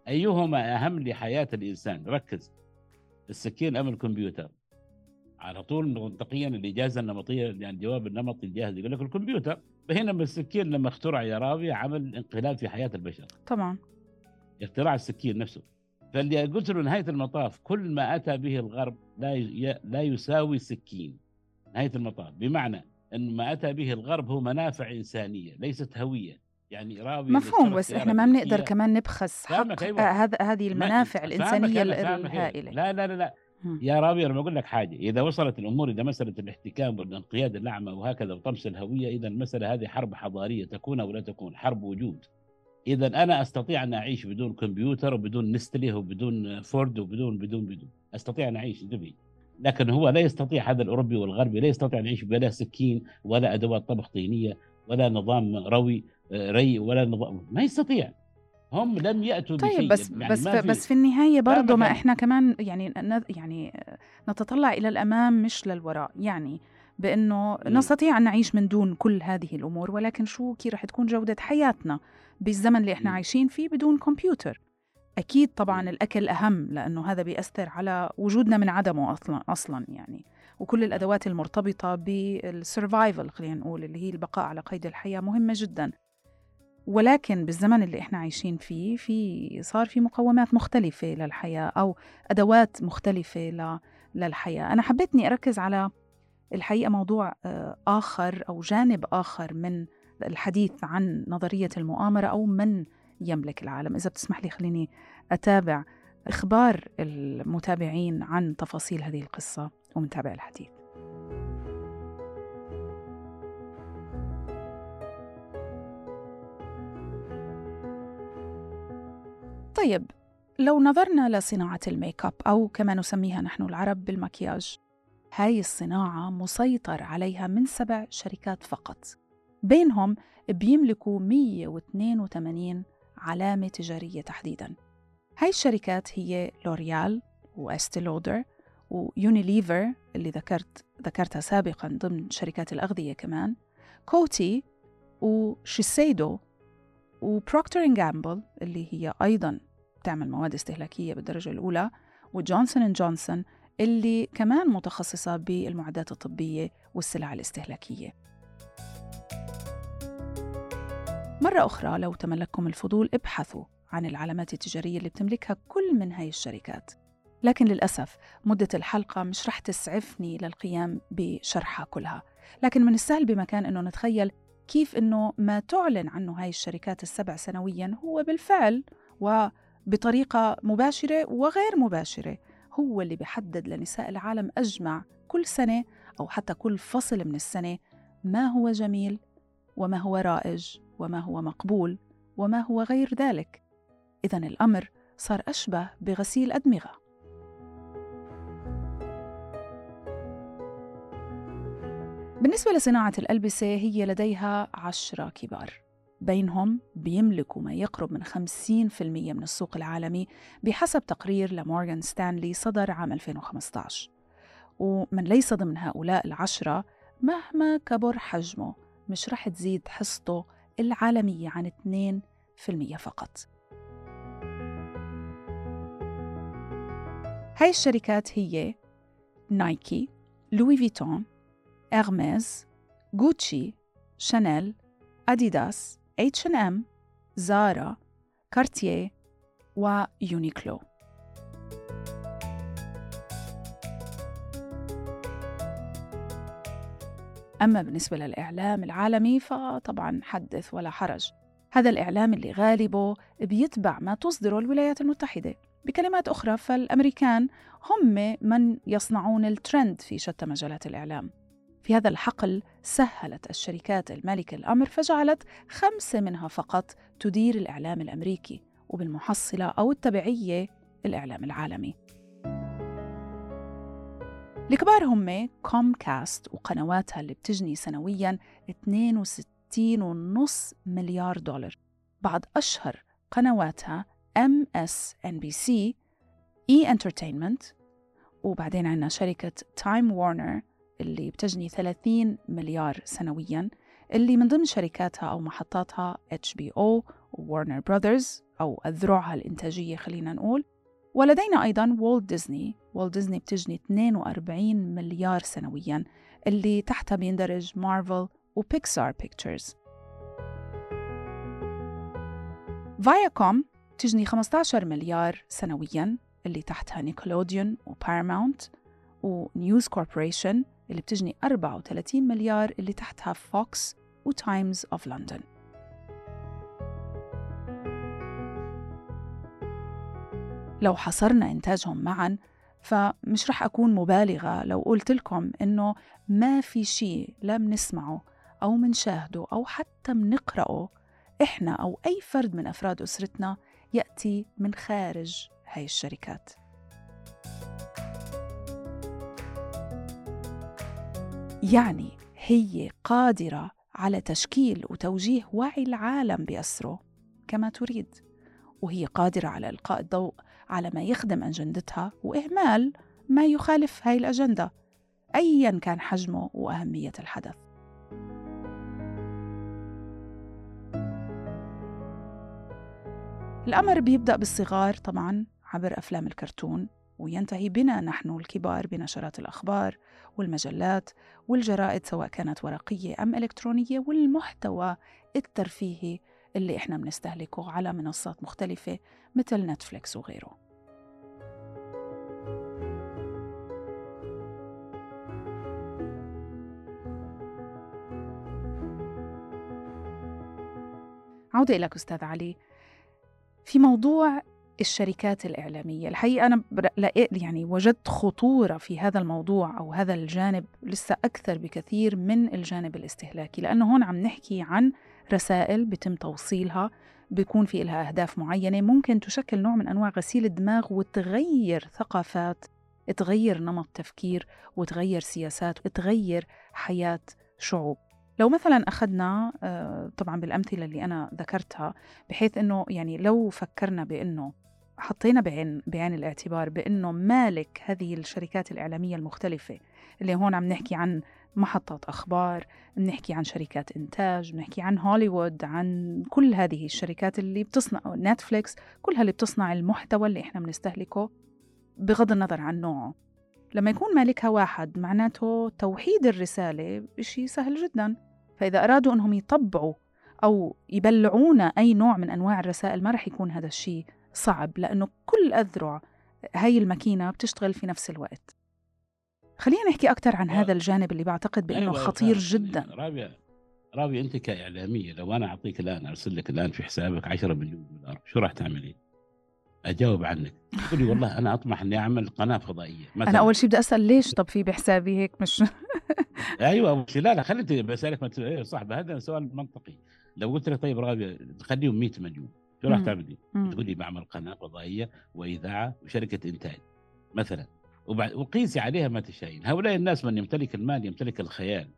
ايهما اهم لحياه الانسان؟ ركز، السكين ام الكمبيوتر؟ على طول منطقيا الاجازه النمطيه يعني الجواب النمطي الجاهز يقول لك الكمبيوتر. بينما السكين لما اخترع يا راوي عمل انقلاب في حياه البشر،
طبعا.
اختراع السكين نفسه. فاللي قلت له نهايه المطاف كل ما اتى به الغرب لا ي... لا يساوي سكين. نهايه المطاف بمعنى ان ما اتى به الغرب هو منافع انسانيه ليست هويه. يعني راوي اللي
مفهوم،
اشترى
بس
السياره
إحنا ما بنقدر
الامريكيه.
كمان نبخس
فاهمك،
حق آه،
ايوه.
هذا هذه
ما
المنافع
فاهمك،
الإنسانية ال-
انا فاهمك، ايوه.
الهائلة.
لا لا لا لا
مم.
يا راوي انا بقول لك حاجه، اذا وصلت الامور الى مساله الاحتكام والانقياد الاعمى وهكذا وطمس الهويه، اذا المساله هذه حرب حضاريه تكون او لا تكون، حرب وجود. اذا انا استطيع ان اعيش بدون كمبيوتر وبدون نستلي وبدون فورد وبدون بدون بدون استطيع ان اعيش دبي. لكن هو لا يستطيع، هذا الاوروبي والغربي لا يستطيع ان يعيش بلا سكين ولا ادوات طبخ طينيه ولا نظام روي آه، ري ولا نظام، ما يستطيع. هم لم ياتوا
طيب،
بشيء
بس
يعني
بس
ما
في
في.
بس في النهاية برضه
فاهمك
ما
انا.
إحنا كمان يعني ن- يعني نتطلع إلى الأمام مش للوراء، يعني بأنه
مم.
نستطيع أن نعيش من دون كل هذه الأمور، ولكن شو كي رح تكون جودة حياتنا بالزمن اللي إحنا
مم.
عايشين فيه بدون كمبيوتر؟ أكيد طبعا
مم.
الأكل أهم، لأنه هذا بيأثر على وجودنا من عدمه أصلا أصلا يعني. وكل
نعم.
الأدوات المرتبطة بالسرفايفل، خلينا نقول اللي هي البقاء على قيد الحياة، مهمة جدا. ولكن بالزمن اللي إحنا عايشين فيه في صار في مقومات مختلفة للحياة أو أدوات مختلفة ل- للحياة. أنا حبيت إني أركز على الحقيقة موضوع آه، آخر أو جانب آخر من الحديث عن نظرية المؤامرة أو من يملك العالم. إذا بتسمح لي خليني أتابع إخبار المتابعين عن تفاصيل هذه القصة ومنتابع الحديث. طيب، لو نظرنا لصناعة الميك اب أو كما نسميها نحن العرب بالمكياج، هاي الصناعة مسيطر عليها من سبع شركات فقط، بينهم بيملكوا مية واثنين وثمانين علامة تجارية تحديداً. هاي الشركات هي لوريال وأستي لودر ويونيليفر اللي ذكرت ذكرتها سابقاً ضمن شركات الأغذية كمان، كوتي وشيسيدو وبروكتر اند جامبل اللي هي أيضاً تعمل مواد استهلاكية بالدرجة الأولى، وجونسون اند جونسون اللي كمان متخصصة بالمعدات الطبية والسلع الاستهلاكية. مرة أخرى لو تملككم الفضول ابحثوا عن العلامات التجارية اللي بتملكها كل من هاي الشركات، لكن للأسف مدة الحلقة مش رح تسعفني للقيام بشرحها كلها، لكن من السهل بمكان أنه نتخيل كيف أنه ما تعلن عنه هاي الشركات السبع سنوياً هو بالفعل وبطريقة مباشرة وغير مباشرة هو اللي بيحدد لنساء العالم أجمع كل سنة أو حتى كل فصل من السنة ما هو جميل وما هو رائج وما هو مقبول وما هو غير ذلك. إذن الأمر صار أشبه بغسيل أدمغة. بالنسبة لصناعة الألبسة هي لديها عشرة كبار، بينهم بيملكوا ما يقرب من خمسين بالمئة من السوق العالمي بحسب تقرير لمورغان ستانلي صدر عام ألفين وخمسة عشر. ومن ليس ضمن هؤلاء العشرة مهما كبر حجمه مش رح تزيد حصته العالمية عن اثنين بالمئة فقط. هاي الشركات هي نايكي، لوي فيتون، إغميز، غوتشي، شانيل، أديداس، إتش أند إم، زارا، كارتيه ويونيكلو. أما بالنسبة للإعلام العالمي فطبعاً حدث ولا حرج. هذا الإعلام اللي غالبه بيتبع ما تصدره الولايات المتحدة. بكلمات أخرى فالأمريكان هم من يصنعون الترند في شتى مجالات الإعلام. في هذا الحقل سهلت الشركات المالكة الأمر فجعلت خمسة منها فقط تدير الإعلام الأمريكي، وبالمحصلة أو التبعية الإعلام العالمي. الكبار هم كومكاست وقنواتها اللي بتجني سنوياً اثنين وستين فاصلة خمسة مليار دولار. بعض أشهر قنواتها إم إس إن بي سي، E Entertainment، وبعدين عنا شركة تايم وارنر اللي بتجني ثلاثين مليار سنوياً، اللي من ضمن شركاتها أو محطاتها إتش بي أو وورنر براذرز أو أذرعها الإنتاجية خلينا نقول. ولدينا أيضاً والت ديزني. والت ديزني بتجني اثنين وأربعين مليار سنوياً، اللي تحتها بيندرج مارفل وبيكسار بيكتشرز. فاياكوم تجني خمسة عشر مليار سنوياً، اللي تحتها نيكولوديون وباراماونت، ونيوز كوربوريشن اللي بتجني أربعة وثلاثين مليار، اللي تحتها فوكس وتايمز أوف لندن. لو حصرنا إنتاجهم معاً فمش رح أكون مبالغة لو قلت لكم إنه ما في شيء لا منسمعه أو منشاهده أو حتى منقرأه إحنا أو أي فرد من أفراد أسرتنا يأتي من خارج هاي الشركات. يعني هي قادرة على تشكيل وتوجيه وعي العالم بأسره كما تريد، وهي قادرة على إلقاء الضوء على ما يخدم أجندتها وإهمال ما يخالف هاي الأجندة أياً كان حجمه وأهمية الحدث. الأمر بيبدأ بالصغار طبعاً عبر أفلام الكرتون، وينتهي بنا نحن الكبار بنشرات الأخبار والمجلات والجرائد سواء كانت ورقية أم إلكترونية، والمحتوى الترفيهي اللي إحنا بنستهلكه على منصات مختلفة مثل نتفليكس وغيره. عودة إليك أستاذ علي في موضوع الشركات الإعلامية. الحقيقة أنا يعني وجدت خطورة في هذا الموضوع أو هذا الجانب لسه أكثر بكثير من الجانب الاستهلاكي، لأنه هون عم نحكي عن رسائل بتم توصيلها، بيكون في لها أهداف معينة، ممكن تشكل نوع من أنواع غسيل الدماغ وتغير ثقافات، تغير نمط تفكير وتغير سياسات وتغير حياة شعوب. لو مثلا أخذنا طبعا بالأمثلة اللي أنا ذكرتها، بحيث أنه يعني لو فكرنا بأنه حطينا بعين, بعين الاعتبار بأنه مالك هذه الشركات الإعلامية المختلفة اللي هون عم نحكي عن محطات أخبار، بنحكي عن شركات إنتاج، بنحكي عن هوليوود، عن كل هذه الشركات اللي بتصنع نتفليكس، كلها اللي بتصنع المحتوى اللي إحنا بنستهلكه بغض النظر عن نوعه. لما يكون مالكها واحد معناته توحيد الرسالة شيء سهل جدا. فإذا أرادوا أنهم يطبعوا أو يبلعون أي نوع من أنواع الرسائل ما رح يكون هذا الشيء صعب، لأنه كل أذرع هاي الماكينة بتشتغل في نفس الوقت. خلينا نحكي أكتر عن هذا الجانب اللي بعتقد بأنه
أيوة
خطير
فعلا.
جدا.
رابعة رابعة أنت كإعلامية لو أنا أعطيك الآن أرسل لك الآن في حسابك عشرة مليون دولار شو راح تعملي؟ أجاوب عنك تقولي والله أنا أطمح إني أعمل قناة فضائية مثلا.
أنا أول شيء بدي أسأل ليش طب في بحسابي هيك مش
أيوة أول شيء. لا لا خليني بسألك ما إيه صح، هذا سؤال منطقي. لو قلت لك طيب رابعة خليهم مئة مليون شو راح تعملي؟ تقولي بعمل قناة فضائية وإذاعة وشركة إنتاج مثلا، وبعد وقيسي عليها ما تشاءين. هؤلاء الناس من يمتلك المال يمتلك الخيال.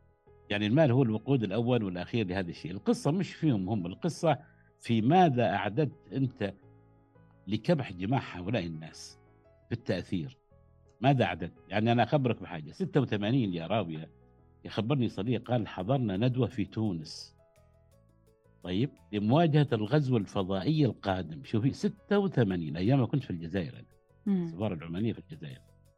يعني المال هو الوقود الأول والأخير لهذا الشيء. القصة مش فيهم هم، القصة في ماذا أعددت أنت لكبح جماح هؤلاء الناس في التأثير. ماذا أعددت؟ يعني أنا أخبرك بحاجة، ستة وثمانين يا راوية يخبرني صديق قال حضرنا ندوة في تونس، طيب، لمواجهة الغزو الفضائي القادم. شوفي ستة وثمانين أيام كنت في الجزائر أنا،
مم.
السفارة العمانية في الجزائر.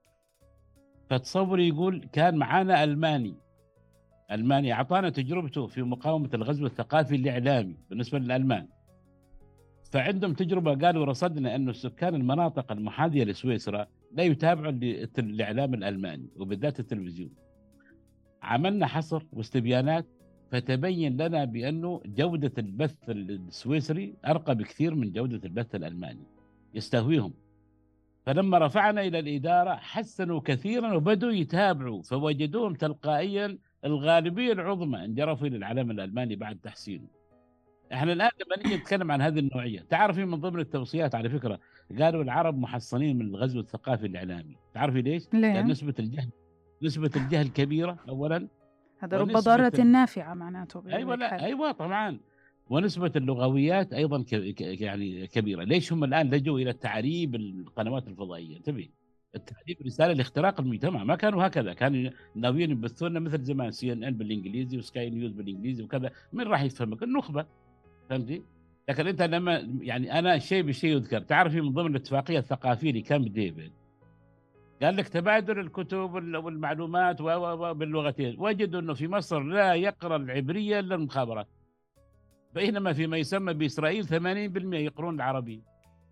فتصوري يقول كان معانا ألماني، ألماني أعطانا تجربته في مقاومة الغزو الثقافي الإعلامي بالنسبة للألمان. فعندهم تجربة قالوا رصدنا أن سكان المناطق المحاذية لسويسرا لا يتابعوا الت- الإعلام الألماني وبالذات التلفزيون. عملنا حصر واستبيانات، فتبين لنا بأنه جودة البث السويسري أرقى بكثير من جودة البث الألماني، يستهويهم. فلما رفعنا إلى الإدارة حسنوا كثيرا وبدوا يتابعوا، فوجدوهم تلقائيا الغالبية العظمى انجرفوا إلى العلم الألماني بعد تحسينه. احنا الآن لما نيجي نتكلم عن هذه النوعية، تعرفي من ضمن التوصيات على فكرة قالوا العرب محصنين من الغزو الثقافي الإعلامي. تعرفي ليش؟ لأن
ليه؟
نسبة الجهل نسبة الجهل كبيرة أولا،
هذا رب
ونسبة
ضارة
ال...
نافعة معناته
أيوة
بهيك
لا
حال.
أيوة طبعا، ونسبة اللغويات أيضا ك... ك... يعني كبيرة. ليش هم الآن لجوا إلى تعريب القنوات الفضائية؟ انتبه، التعريب رسالة لاختراق المجتمع، ما كانوا هكذا، كانوا ناويين يبثون مثل زمان سي ان ان بالإنجليزي وسكاي نيوز بالإنجليزي وكذا، من راح يفهمك؟ النخبة، فهمتي؟ لكن انت لما يعني انا شيء بشيء يذكر، تعرفي من ضمن الاتفاقيه الثقافيه لكامب ديفيد قال لك تبادل الكتب والمعلومات و- و- و- باللغتين. وجدوا انه في مصر لا يقرا العبريه الا المخابرات، بينما فيما يسمى باسرائيل ثمانين بالمئة يقرون العربي.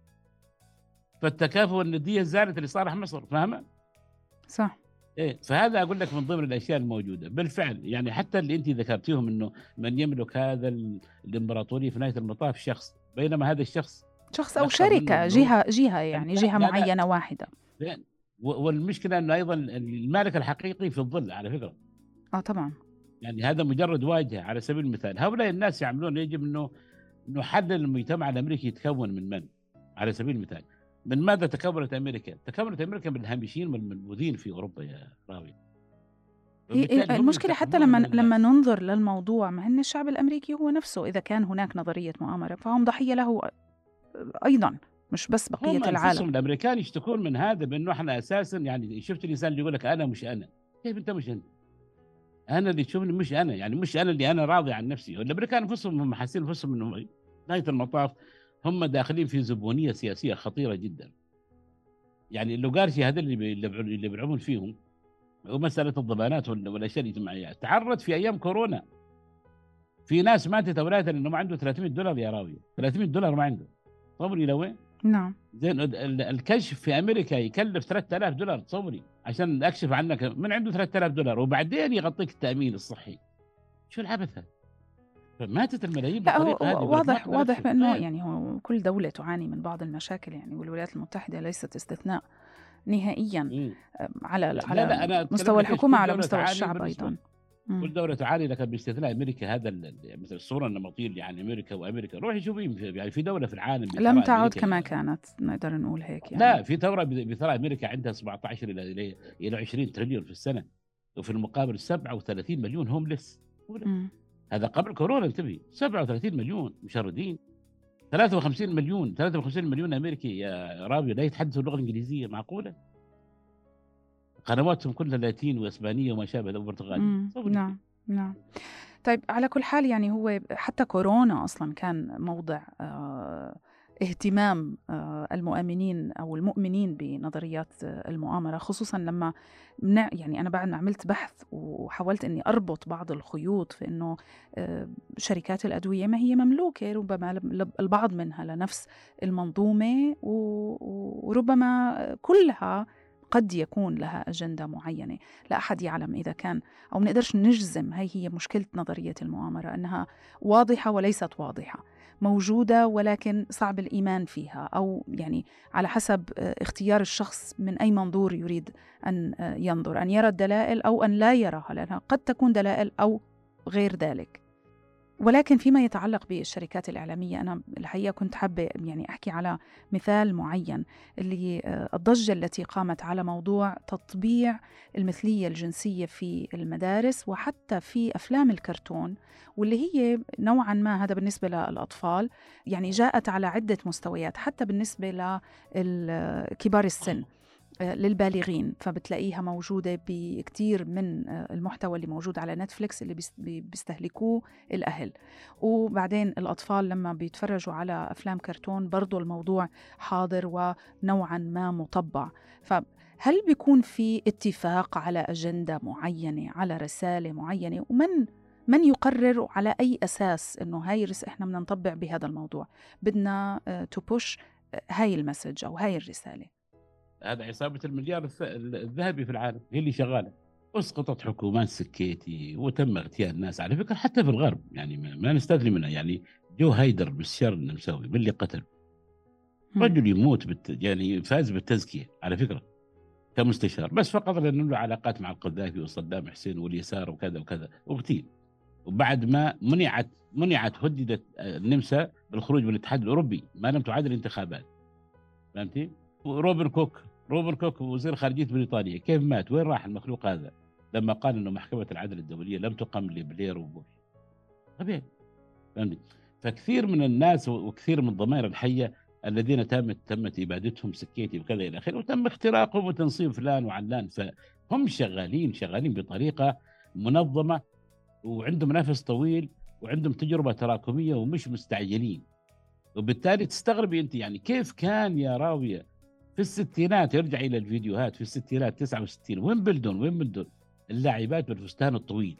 فالتكافؤ والنديه زادت لصالح مصر، فاهمه؟
صح.
ايه، فهذا اقول لك من ضمن الاشياء الموجوده بالفعل. يعني حتى اللي انت ذكرتيهم انه من يملك هذا ال- الامبراطوريه في نهايه المطاف شخص، بينما هذا الشخص
شخص أو
الاخطر منه
شركة،
اللي هو
جهة جهة يعني
لا
جهة
لا لا
معينة واحدة.
لا. و- والمشكله انه ايضا المالك الحقيقي في الظل على فكره.
اه طبعا.
يعني هذا مجرد واجهه. على سبيل المثال هؤلاء الناس يعملون، يجب انه نحلل المجتمع الامريكي يتكون من من. على سبيل المثال من ماذا تكونت امريكا؟ تكونت امريكا من الهامشيين والمنبوذين في اوروبا يا راوي.
هي
وبالتالي هم
المشكلة حتى
ينتقمون
لما
من
لما
الناس.
ننظر للموضوع، ما هن الشعب الأمريكي هو نفسه إذا كان هناك نظرية مؤامرة فهم ضحية له أيضا، مش بس بقية
هم
العالم.
انفسهم الامريكان يشتكون من هذا، بانه احنا اساسا، يعني شفت الانسان اللي يقول لك انا مش انا. كيف انت مش انت؟ انا اللي تشوفني مش انا، يعني مش انا اللي انا راضي عن نفسي. والامريكان انفسهم هم حاسين انفسهم انهم نهايه المطاف هم داخلين في زبونيه سياسيه خطيره جدا. يعني اللوغارشي هذا اللي بي- اللي بيع- اللي بيلعبون فيهم، ومساله الضمانات وال- والاشياء الاجتماعيه، تعرض في ايام كورونا في ناس ماتت اولادها لانه ما عنده ثلاثمئة دولار يا راوي، ثلاثمئة دولار ما عنده. تصوري الى وين؟
نعم.
زين ال- ال- الكشف في امريكا يكلف ثلاثة آلاف دولار، تصوري، عشان اكشف عنك من عنده ثلاثة آلاف دولار، وبعدين يغطيك التامين الصحي. شو العبث هذا؟ فماتت الملايين
لا، هو
بالطريقه هذه،
هو
يقول لك
واضح
مات
واضح
بنفسه.
بأنه
طيب.
يعني هو كل دولة تعاني من بعض المشاكل يعني، والولايات المتحدة ليست استثناء نهائيا
مم.
على
لا
على
لا انا اتكلم
مستوى
لك ايش،
الحكومة،
كل
على
دوله
مستوى
تعاني
الشعب
بالنسبه،
أيضا.
كل
مم.
دوله تعاني، لكن باستثناء امريكا. هذا ال- مثل الصوره النمطيه اللي عن امريكا وامريكا، روحي شوفي في- يعني في دوله في العالم
لم
بثراء
تعد
امريكا
كما
يا-
كانت، نقدر نقول هيك يعني.
لا، في ثوره ب- بثراء امريكا عندها سبعة عشر الى الى الى عشرين تريليون في السنه، وفي المقابل سبعة وثلاثين مليون هومليس.
مم.
هذا قبل كورونا، انتبهي، سبعة وثلاثين مليون مشردين. ثلاثة وخمسين مليون ثلاثة وخمسين مليون امريكي يا رابي لا يتحدثوا اللغه الانجليزيه، معقوله؟ قنواتهم كلها لاتين واسبانيه وما شابه وبرتغاليه.
مم.
تصوري
نعم نعم. طيب على كل حال يعني هو حتى كورونا أصلا كان موضع آه، اهتمام آه، المؤمنين أو المؤمنين بنظريات آه، المؤامرة، خصوصا لما منع يعني أنا بعد ما عملت بحث وحاولت أني أربط بعض الخيوط في أنه آه، شركات الأدوية ما هي مملوكة ربما لب- البعض منها لنفس المنظومة، و- وربما كلها قد يكون لها أجندة معينة. لا أحد يعلم إذا كان، أو منقدرش نجزم. هي هي مشكلة نظرية المؤامرة، أنها واضحة وليست واضحة، موجودة ولكن صعب الإيمان فيها، أو يعني على حسب اختيار الشخص من أي منظور يريد أن ينظر، أن يرى الدلائل أو أن لا يراها، لأنها قد تكون دلائل أو غير ذلك. ولكن فيما يتعلق بالشركات الإعلامية، أنا الحقيقة كنت حابة يعني أحكي على مثال معين، اللي الضجة التي قامت على موضوع تطبيع المثلية الجنسية في المدارس وحتى في أفلام الكرتون، واللي هي نوعا ما هذا بالنسبة للأطفال يعني جاءت على عدة مستويات، حتى بالنسبة لكبار السن للبالغين، فبتلاقيها موجودة بكتير من المحتوى اللي موجود على نتفليكس اللي بيستهلكوه الأهل. وبعدين الأطفال لما بيتفرجوا على أفلام كرتون برضو الموضوع حاضر ونوعا ما مطبع. فهل بيكون في اتفاق على أجندة معينة، على رسالة معينة، ومن من يقرر على أي أساس إنه هاي رس إحنا بدنا نطبع بهذا الموضوع، بدنا تو بوش هاي المسج أو هاي الرسالة؟
هذا عصابة المليار الذهبي في العالم هي اللي شغالة. أسقطت حكومات سكيتي وتم اغتيال الناس، على فكرة حتى في الغرب، يعني ما نستثني منها. يعني جو هايدر بالشر النمساوي باللي قتل رجل يموت بالت... يعني فاز بالتزكية على فكرة كمستشار، بس فقط لأنه له علاقات مع القذافي وصدام حسين واليسار وكذا وكذا، واغتيل. وبعد ما منعت منعت هددت النمسا بالخروج من الاتحاد الأوروبي ما لم تعاد الانتخابات. فهمتي؟ روبن كوك روبن كوك وزير خارجية بريطانيا كيف مات؟ وين راح المخلوق هذا لما قال انه محكمة العدل الدولية لم تقم لبلير وبوش؟ طبيعي. فهمتي؟ فكثير من الناس وكثير من الضمائر الحية الذين تمت تمت ابادتهم سكيتي وكذا الى اخره، وتم اختراقهم وتنصيب فلان وعلان، فهم شغالين شغالين بطريقة منظمة وعندهم نفس طويل وعندهم تجربة تراكمية ومش مستعجلين. وبالتالي تستغربي انت يعني كيف كان يا راوية في الستينات، يرجع الى الفيديوهات في الستينات تسعة وستين، ويمبلدون ويمبلدون اللاعبات بالفستان الطويل،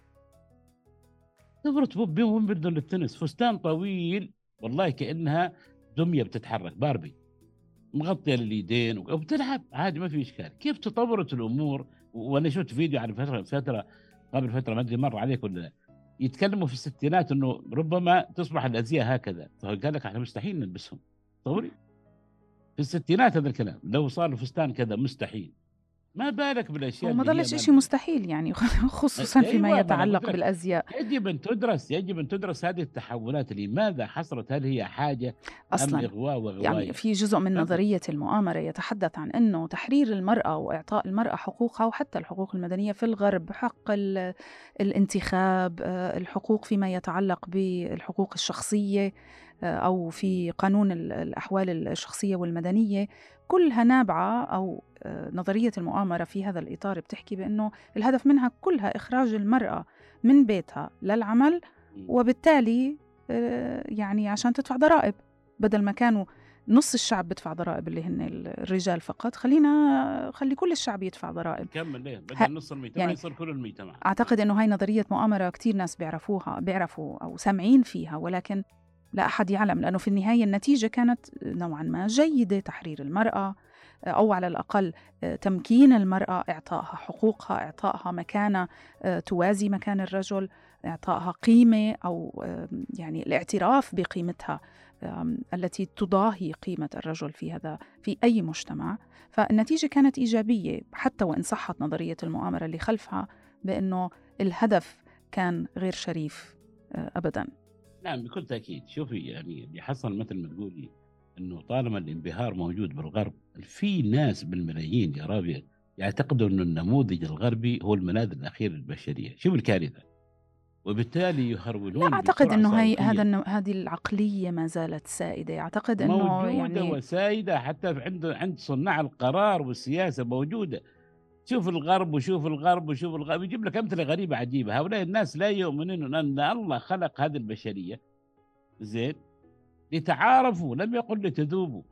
دورة بوب ويمبلدون للتنس فستان طويل والله كأنها دمية بتتحرك باربي مغطية لليدين وبتلعب عادي ما في إشكال. كيف تطورت الأمور. وأنا شفت فيديو على فترة فترة قبل فترة ما أدري مر عليك ولا لا، يتكلموا في الستينات إنه ربما تصبح الأزياء هكذا، فقال لك إحنا مستحيل نلبسهم. طوري في الستينات هذا الكلام، لو صار الفستان كذا مستحيل، ما بالك بالاشياء
وما
اللي هي
ضلش إشي مستحيل يعني خصوصا فيما
أيوة
يتعلق بالأزياء.
يجب ان تدرس يجب ان تدرس هذه التحولات لماذا حصلت، هل هي حاجه
أصلاً
ام اغواء وغوايه؟
يعني في جزء من نظرية المؤامرة يتحدث عن أنه تحرير المرأة وإعطاء المرأة حقوقها وحتى الحقوق المدنية في الغرب، حق الانتخاب، الحقوق فيما يتعلق بالحقوق الشخصية أو في قانون الأحوال الشخصية والمدنية، كلها نابعة أو نظرية المؤامرة في هذا الإطار بتحكي بأنه الهدف منها كلها إخراج المرأة من بيتها للعمل، وبالتالي يعني عشان تدفع ضرائب، بدل ما كانوا نص الشعب بدفع ضرائب اللي هن الرجال فقط، خلينا خلي كل الشعب يدفع ضرائب.
كمل ليه بدل نص المجتمع يعني يصير كل المجتمع.
أعتقد أنه هاي نظرية مؤامرة كتير ناس بيعرفوها بيعرفوا أو سامعين فيها، ولكن لا أحد يعلم، لأنه في النهاية النتيجة كانت نوعا ما جيدة، تحرير المرأة أو على الأقل تمكين المرأة، إعطائها حقوقها، إعطائها مكانة توازي مكان الرجل، إعطائها قيمة أو يعني الاعتراف بقيمتها التي تضاهي قيمة الرجل في هذا في أي مجتمع. فالنتيجة كانت إيجابية حتى وإن صحت نظرية المؤامرة اللي خلفها بأنه الهدف كان غير شريف أبدا.
نعم بكل تأكيد. شوفي يعني اللي حصل مثل ما تقولي أنه طالما الانبهار موجود بالغرب، في ناس بالملايين يا رابع يعتقدوا أنه النموذج الغربي هو الملاذ الأخير للبشرية. شوف الكارثة. وبالتالي يهرولون.
لا أعتقد أنه هي هذا هذه العقلية ما زالت سائدة. أعتقد أنه
موجودة
يعني
وسائدة حتى عند عند صناع القرار والسياسة موجودة. شوف الغرب وشوف الغرب وشوف الغرب يجيب لك أمثلة غريبة عجيبة. هؤلاء الناس لا يؤمنون أن الله خلق هذه البشرية زين لتعارفوا، لم يقل لتذوبوا.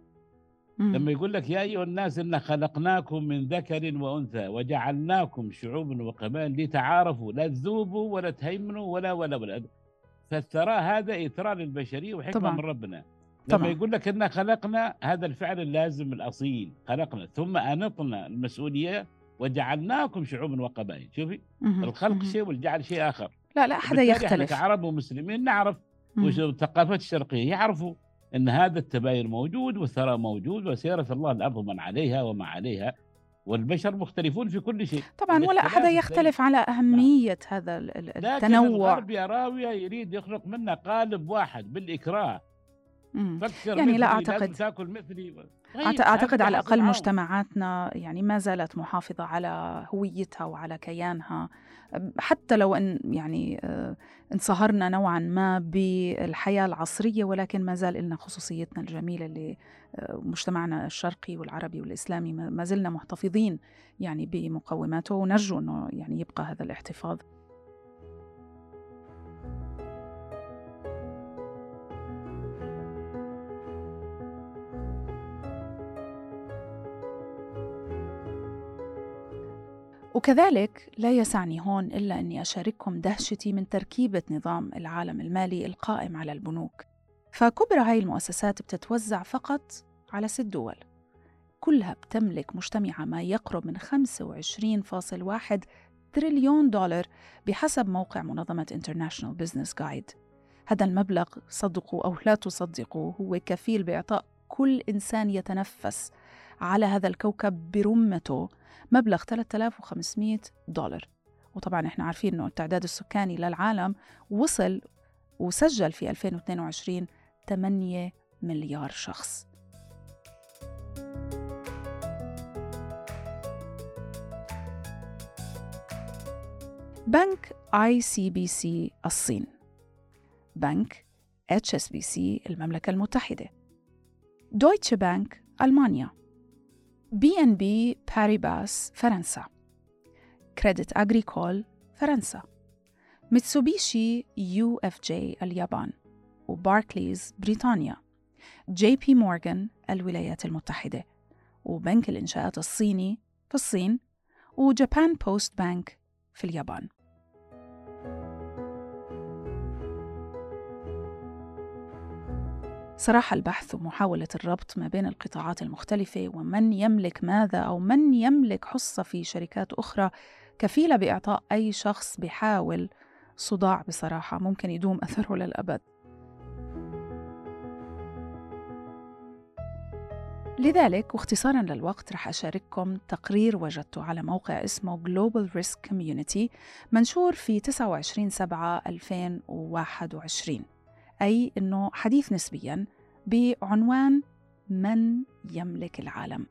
مم.
لما يقول لك يا أيها الناس إنا خلقناكم من ذكر وأنثى وجعلناكم شعوبا وقبائل لتعارفوا، لا تذوبوا ولا تهيمنوا ولا ولا ولا. فالثراء هذا إثراء للبشرية وحكمة طبعا. من ربنا. لما طبعا. يقول لك إنا خلقنا، هذا الفعل اللازم الأصيل، خلقنا ثم أنطنا المسؤولية وجعلناكم شعوبا وقبائل. شوفي
مم.
الخلق
مم.
شيء والجعل شيء آخر.
لا لا أحد يختلف.
احنا كعرب ومسلمين نعرف وش الثقافات الشرقية يعرفوا أن هذا التباين موجود والثراء موجود وسيرة الله الأرض من عليها وما عليها. والبشر مختلفون في كل شيء.
طبعا ولا أحد يختلف على أهمية هذا التنوع،
لكن الغرب يا راوية يريد يخلق منا قالب واحد بالإكراه.
فكر يعني لا أعتقد
تاكل مثلي.
أعتقد على الأقل مجتمعاتنا يعني ما زالت محافظة على هويتها وعلى كيانها، حتى لو أن يعني انصهرنا نوعا ما بالحياة العصرية، ولكن ما زال لنا خصوصيتنا الجميلة اللي مجتمعنا الشرقي والعربي والإسلامي ما زلنا محتفظين يعني بمقوماته، ونرجو أنه يعني يبقى هذا الاحتفاظ. وكذلك لا يسعني هون إلا أني أشارككم دهشتي من تركيبة نظام العالم المالي القائم على البنوك. فكبرى هاي المؤسسات بتتوزع فقط على ست دول، كلها بتملك مجتمعة ما يقرب من خمسة وعشرين فاصلة واحد تريليون دولار بحسب موقع منظمة International Business Guide. هذا المبلغ صدقوا أو لا تصدقوا هو كفيل بإعطاء كل إنسان يتنفس على هذا الكوكب برمته مبلغ ثلاثة آلاف وخمسمئة دولار. وطبعا احنا عارفين انه التعداد السكاني للعالم وصل وسجل في ألفين واثنين وعشرين ثمانية مليار شخص. بنك آي سي بي سي الصين، بنك إتش إس بي سي المملكة المتحدة، دويتشه بانك ألمانيا، بي إن بي باريباس فرنسا، كريديت أغريكول فرنسا، ميتسوبيشي يو إف جي اليابان، وباركليز بريطانيا، جي بي مورغان الولايات المتحدة، وبنك الإنشاءات الصيني في الصين، وجابان بوست بانك في اليابان. صراحة البحث ومحاولة الربط ما بين القطاعات المختلفة ومن يملك ماذا أو من يملك حصة في شركات أخرى كفيلة بإعطاء أي شخص بيحاول صداع بصراحة ممكن يدوم أثره للأبد. لذلك واختصاراً للوقت رح أشارككم تقرير وجدته على موقع اسمه Global Risk Community منشور في تسعة وعشرين سبعة ألفين وواحد وعشرين، أي أنه حديث نسبياً بعنوان من يملك العالم.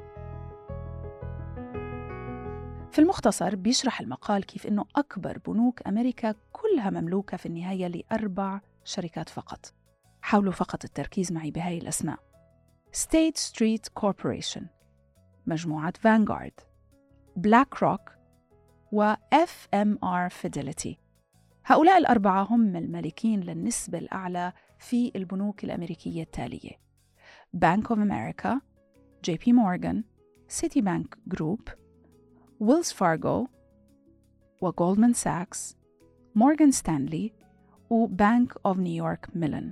في المختصر بيشرح المقال كيف أنه أكبر بنوك أمريكا كلها مملوكة في النهاية لأربع شركات فقط. حاولوا فقط التركيز معي بهاي الأسماء: State Street Corporation، مجموعة فانغارد، بلاك روك، و إف إم آر Fidelity. هؤلاء الأربعة هم المالكين للنسبة الأعلى في البنوك الأمريكية التالية: Bank of America، جي بي مورغان، سيتي بانك جروب، ويلز فارغو، وجولدمان ساكس، مورغان ستانلي، وبانك أوف نيويورك ميلن.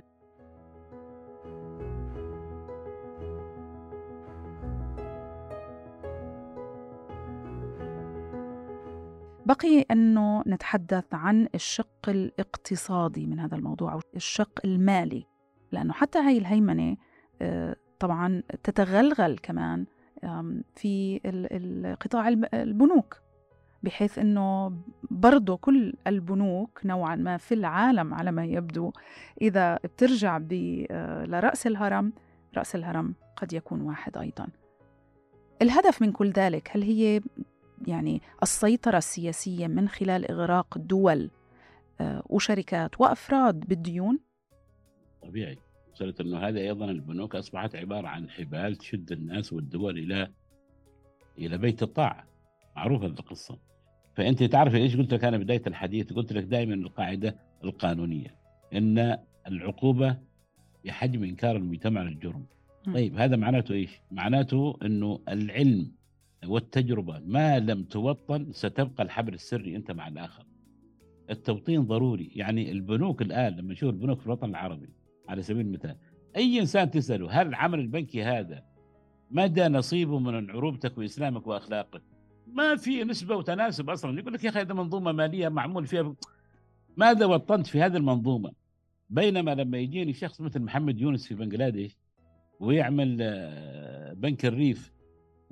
بقي أنه نتحدث عن الشق الاقتصادي من هذا الموضوع أو الشق المالي، لأنه حتى هاي الهيمنة طبعاً تتغلغل كمان في القطاع البنوك، بحيث أنه برضو كل البنوك نوعاً ما في العالم على ما يبدو إذا بترجع لرأس الهرم، رأس الهرم قد يكون واحد أيضاً. الهدف من كل ذلك هل هي يعني السيطرة السياسية من خلال إغراق دول وشركات وأفراد بالديون؟
طبيعي. وصلت أنه هذا أيضا البنوك أصبحت عبارة عن حبال تشد الناس والدول إلى إلى بيت الطاعة. معروفة القصة. فأنت تعرف إيش قلت لك أنا بداية الحديث؟ قلت لك دائما القاعدة القانونية إن العقوبة بحجم إنكار المجتمع للجرم. طيب هذا معناته إيش؟ معناته أنه العلم والتجربة ما لم توطن ستبقى الحبل السري أنت مع الآخر. التوطين ضروري. يعني البنوك الآن لما نشوف البنوك في الوطن العربي على سبيل المثال، أي إنسان تسأله هل العمل البنكي هذا مدى نصيبه من عروبتك وإسلامك وأخلاقك؟ ما في نسبة وتناسب أصلا. يقول لك يا أخي هذا منظومة مالية معمول فيها. ماذا وطنت في هذه المنظومة؟ بينما لما يجيني شخص مثل محمد يونس في بنغلاديش ويعمل بنك الريف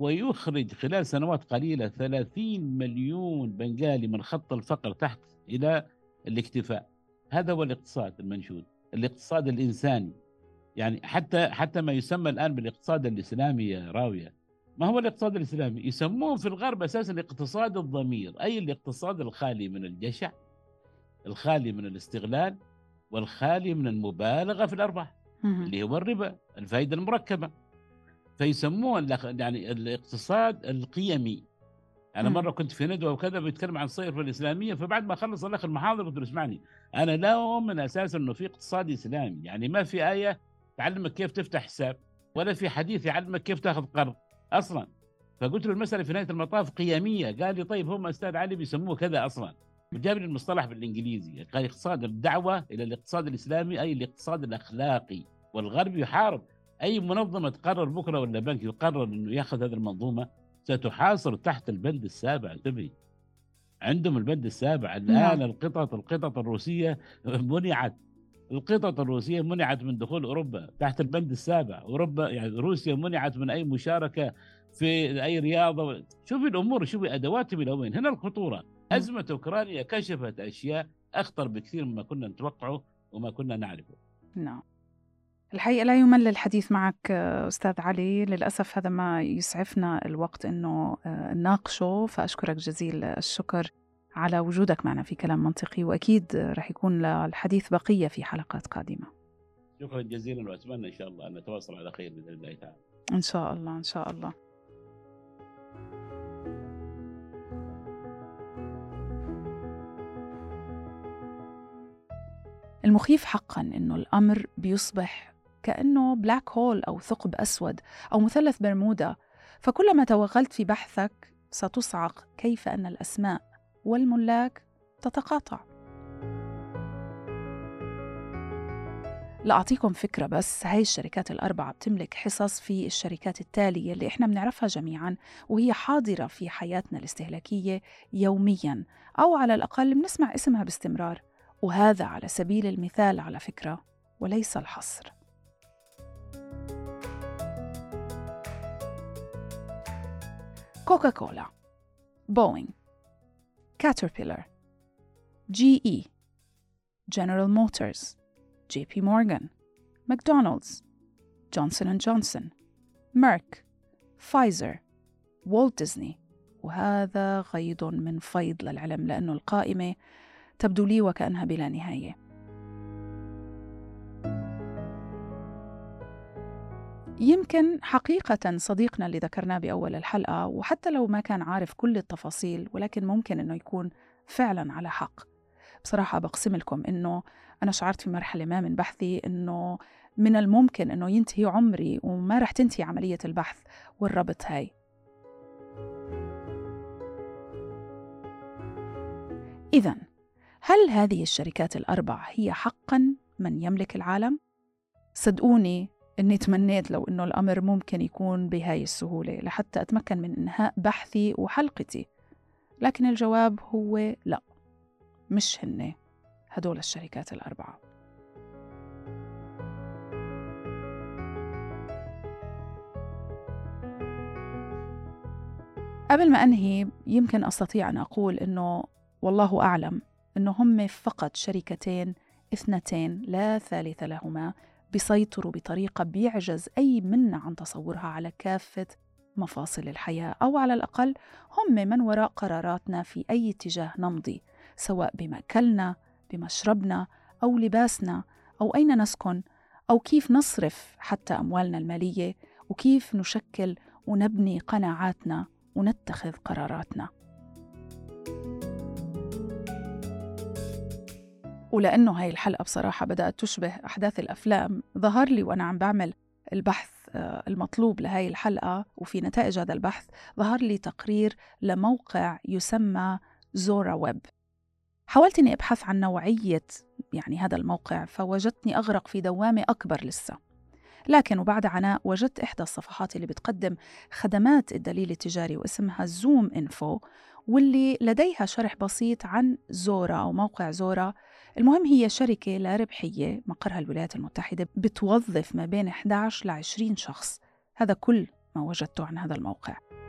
ويخرج خلال سنوات قليلة ثلاثين مليون بنغالي من خط الفقر تحت إلى الاكتفاء. هذا هو الاقتصاد المنشود، الاقتصاد الإنساني. يعني حتى حتى ما يسمى الآن بالاقتصاد الإسلامي يا راوية، ما هو الاقتصاد الإسلامي؟ يسموه في الغرب أساسا اقتصاد الضمير، أي الاقتصاد الخالي من الجشع، الخالي من الاستغلال، والخالي من المبالغة في الأرباح، اللي هو الربا، الفائدة المركبة. فيسموه يعني الاقتصاد القيمي. أنا
مم.
مرة كنت في ندوة وكذا بيتكلم عن الصيغة الإسلامية، فبعد ما خلص الأخ المحاضرة قلت له اسمعني، أنا لا أؤمن أساسا إنه في اقتصاد إسلامي، يعني ما في آية تعلمك كيف تفتح حساب، ولا في حديث يعلمك كيف تاخذ قرض أصلا. فقلت له المسألة في نهاية المطاف قيمية. قال لي طيب هم أستاذ علي بيسموه كذا أصلا، وجاب لي المصطلح بالإنجليزي. قال اقتصاد الدعوة إلى الاقتصاد الإسلامي أي الاقتصاد الأخلاقي. والغرب يحارب أي منظمة تقرر بكرة ولا بنك يقرر إنه ياخذ هذه المنظومة ستحاصر تحت البند السابع. تبي عندهم البند السابع الآن.
نعم.
القطط القطط الروسية منعت، القطط الروسية منعت من دخول أوروبا تحت البند السابع. أوروبا يعني روسيا منعت من أي مشاركة في أي رياضة. شوفي الأمور، شوفي أدوات إلى وين. هنا الخطورة. أزمة أوكرانيا كشفت أشياء أخطر بكثير مما كنا نتوقعه وما كنا نعرفه.
نعم. الحقيقة لا يمل الحديث معك أستاذ علي، للأسف هذا ما يسعفنا الوقت أنه نناقشه، فأشكرك جزيل الشكر على وجودك معنا في كلام منطقي، وأكيد رح يكون للحديث بقية في حلقات قادمة.
شكرا جزيلا، وأتمنى إن شاء الله أن نتواصل على خير بإذن الله تعالى.
إن شاء الله إن شاء الله. المخيف حقاً إنه الأمر بيصبح كأنه بلاك هول أو ثقب أسود أو مثلث برمودا، فكلما توغلت في بحثك ستصعق كيف أن الأسماء والملاك تتقاطع. لأعطيكم فكرة بس، هاي الشركات الأربعة بتملك حصص في الشركات التالية اللي إحنا بنعرفها جميعاً، وهي حاضرة في حياتنا الاستهلاكية يومياً، أو على الأقل بنسمع اسمها باستمرار، وهذا على سبيل المثال على فكرة وليس الحصر. كوكاكولا، بوينغ، كاتربيلر، جي إي، جنرال موتورز، جي بي مورغان، ماكدونالدز، جونسون أند جونسون، ميرك، فايزر، والت ديزني. وهذا غيض من فيض للعلم، لأنه القائمة تبدو لي وكأنها بلا نهاية. يمكن حقيقة صديقنا اللي ذكرناه بأول الحلقة، وحتى لو ما كان عارف كل التفاصيل، ولكن ممكن أنه يكون فعلا على حق. بصراحة بقسم لكم أنه أنا شعرت في مرحلة ما من بحثي أنه من الممكن أنه ينتهي عمري وما رح تنتهي عملية البحث والربط هاي. إذن هل هذه الشركات الأربع هي حقاً من يملك العالم؟ صدقوني أني تمنيت لو أنه الأمر ممكن يكون بهاي السهولة لحتى أتمكن من إنهاء بحثي وحلقتي، لكن الجواب هو لا، مش هن هدول الشركات الأربعة. قبل ما أنهي يمكن أستطيع أن أقول أنه والله أعلم أنه هم فقط شركتين اثنتين لا ثالث لهما بيسيطروا بطريقة بيعجز أي منا عن تصورها على كافة مفاصل الحياة، أو على الأقل هم من وراء قراراتنا في أي اتجاه نمضي، سواء بمأكلنا، بمشربنا، أو لباسنا، أو أين نسكن، أو كيف نصرف حتى أموالنا المالية، وكيف نشكل ونبني قناعاتنا ونتخذ قراراتنا. ولأنه هاي الحلقة بصراحة بدأت تشبه أحداث الأفلام، ظهر لي وأنا عم بعمل البحث المطلوب لهاي الحلقة، وفي نتائج هذا البحث ظهر لي تقرير لموقع يسمى زورا ويب. حاولت أني أبحث عن نوعية يعني هذا الموقع، فوجدتني أغرق في دوامة أكبر لسه، لكن وبعد عناء وجدت إحدى الصفحات اللي بتقدم خدمات الدليل التجاري واسمها زوم إنفو، واللي لديها شرح بسيط عن زورا أو موقع زورا. المهم هي شركة لا ربحية مقرها الولايات المتحدة، بتوظف ما بين إحدى عشر ل عشرين شخص. هذا كل ما وجدته عن هذا الموقع.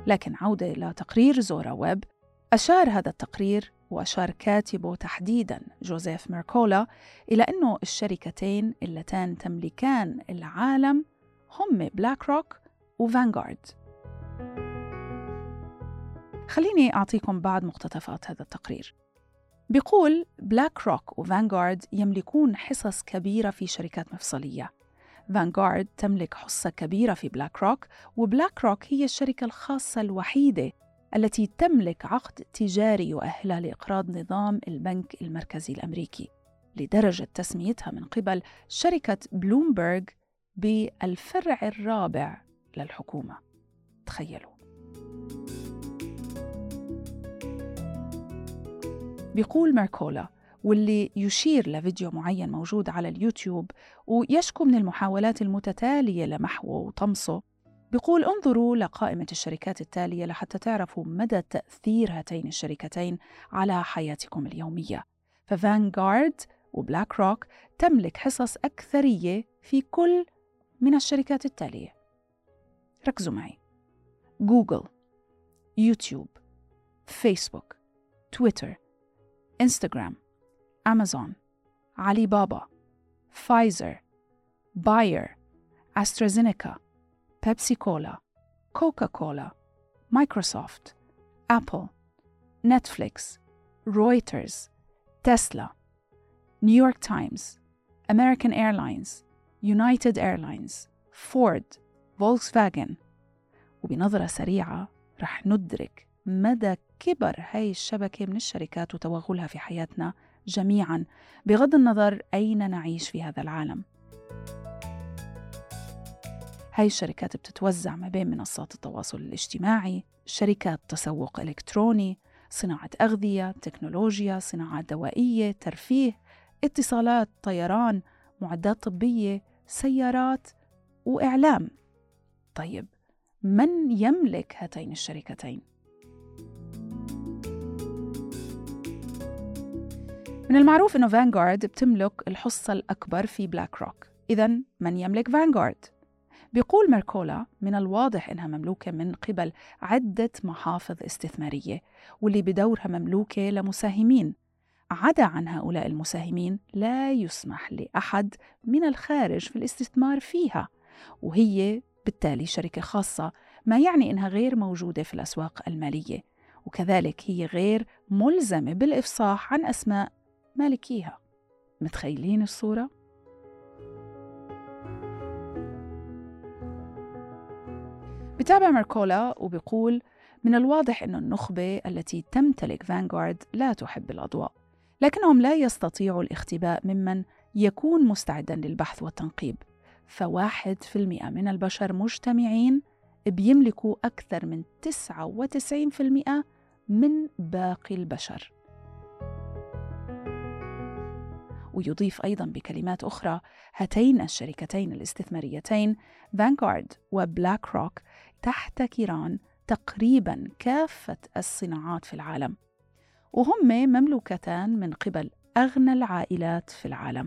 لكن عودة إلى تقرير زورا ويب، أشار هذا التقرير وأشار كاتبه تحديداً جوزيف ميركولا إلى أنه الشركتين اللتان تملكان العالم هم بلاك روك وفانغارد. خليني أعطيكم بعض مقتطفات هذا التقرير. بيقول بلاك روك وفانغارد يملكون حصص كبيرة في شركات مفصلية. فانغارد تملك حصة كبيرة في بلاك روك، وبلاك روك هي الشركة الخاصة الوحيدة التي تملك عقد تجاري يؤهلها لإقراض نظام البنك المركزي الأمريكي، لدرجة تسميتها من قبل شركة بلومبرغ بالفرع الرابع للحكومة. تخيلوا. بيقول ميركولا، واللي يشير لفيديو معين موجود على اليوتيوب ويشكو من المحاولات المتتالية لمحوه وطمسه، بيقول انظروا لقائمة الشركات التالية لحتى تعرفوا مدى تأثير هاتين الشركتين على حياتكم اليومية. ففانغارد وبلاك روك تملك حصص أكثرية في كل من الشركات التالية. ركزوا معي: جوجل، يوتيوب، فيسبوك، تويتر، إنستغرام، أمازون، علي بابا، فايزر، باير، أسترازينيكا، بيبسي كولا، كوكا كولا، مايكروسوفت، أبل، نتفليكس، رويترز، تسلا، نيويورك تايمز، أمريكان إيرلاينز، يونايتد إيرلاينز، فورد، فولكسفاجن. وبنظرة سريعة رح ندرك مدى كبر هاي الشبكة من الشركات وتوغلها في حياتنا جميعاً، بغض النظر أين نعيش في هذا العالم. هاي الشركات بتتوزع ما بين منصات التواصل الاجتماعي، شركات تسوق إلكتروني، صناعة أغذية، تكنولوجيا، صناعات دوائية، ترفيه، اتصالات، طيران، معدات طبية، سيارات، وإعلام. طيب، من يملك هاتين الشركتين؟ من المعروف أنه فانغارد بتملك الحصة الأكبر في بلاك روك. إذن من يملك فانغارد؟ بيقول ميركولا من الواضح أنها مملوكة من قبل عدة محافظ استثمارية، واللي بدورها مملوكة لمساهمين. عدا عن هؤلاء المساهمين لا يسمح لأحد من الخارج في الاستثمار فيها، وهي بالتالي شركة خاصة، ما يعني أنها غير موجودة في الأسواق المالية، وكذلك هي غير ملزمة بالإفصاح عن أسماء مالكيها. متخيلين الصورة؟ بتابع ميركولا وبيقول من الواضح أن النخبة التي تمتلك فانغارد لا تحب الأضواء، لكنهم لا يستطيعوا الاختباء ممن يكون مستعداً للبحث والتنقيب. فواحد في المئة من البشر مجتمعين بيملكوا أكثر من تسعة وتسعين في المئة من باقي البشر. ويضيف أيضاً بكلمات أخرى هاتين الشركتين الاستثماريتين فانغارد وبلاك روك تحتكران تقريباً كافة الصناعات في العالم، وهم مملوكتان من قبل أغنى العائلات في العالم.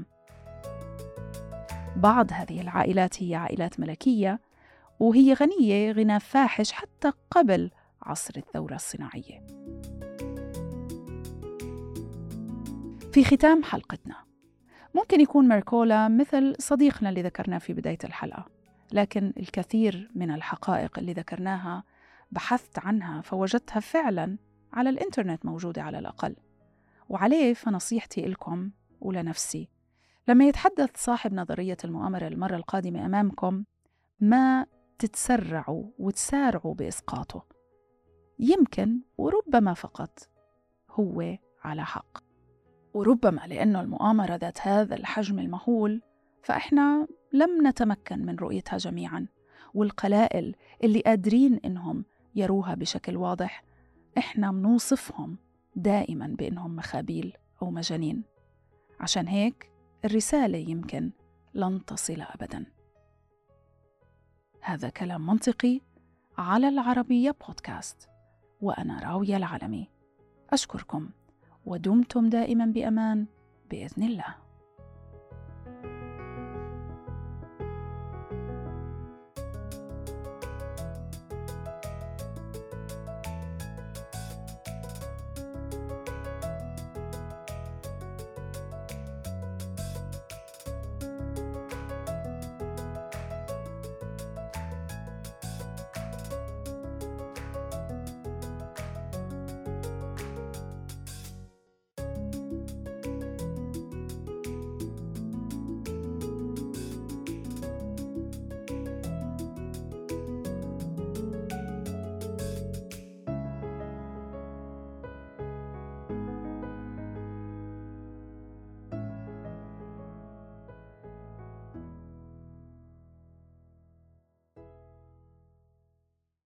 بعض هذه العائلات هي عائلات ملكية، وهي غنية غنى فاحش حتى قبل عصر الثورة الصناعية. في ختام حلقتنا، ممكن يكون ميركولا مثل صديقنا اللي ذكرناه في بداية الحلقة، لكن الكثير من الحقائق اللي ذكرناها بحثت عنها فوجدتها فعلاً على الإنترنت موجودة على الأقل. وعليه فنصيحتي لكم ولنفسي لما يتحدث صاحب نظرية المؤامرة المرة القادمة أمامكم، ما تتسرعوا وتسارعوا بإسقاطه. يمكن وربما فقط هو على حق، وربما لأنه المؤامرة ذات هذا الحجم المهول فإحنا لم نتمكن من رؤيتها جميعاً، والقلائل اللي قادرين إنهم يروها بشكل واضح إحنا منوصفهم دائماً بإنهم مخابيل أو مجانين. عشان هيك الرسالة يمكن لن تصل أبداً. هذا كلام منطقي على العربية بودكاست، وأنا راوية العلمي. أشكركم ودمتم دائماً بأمان بإذن الله.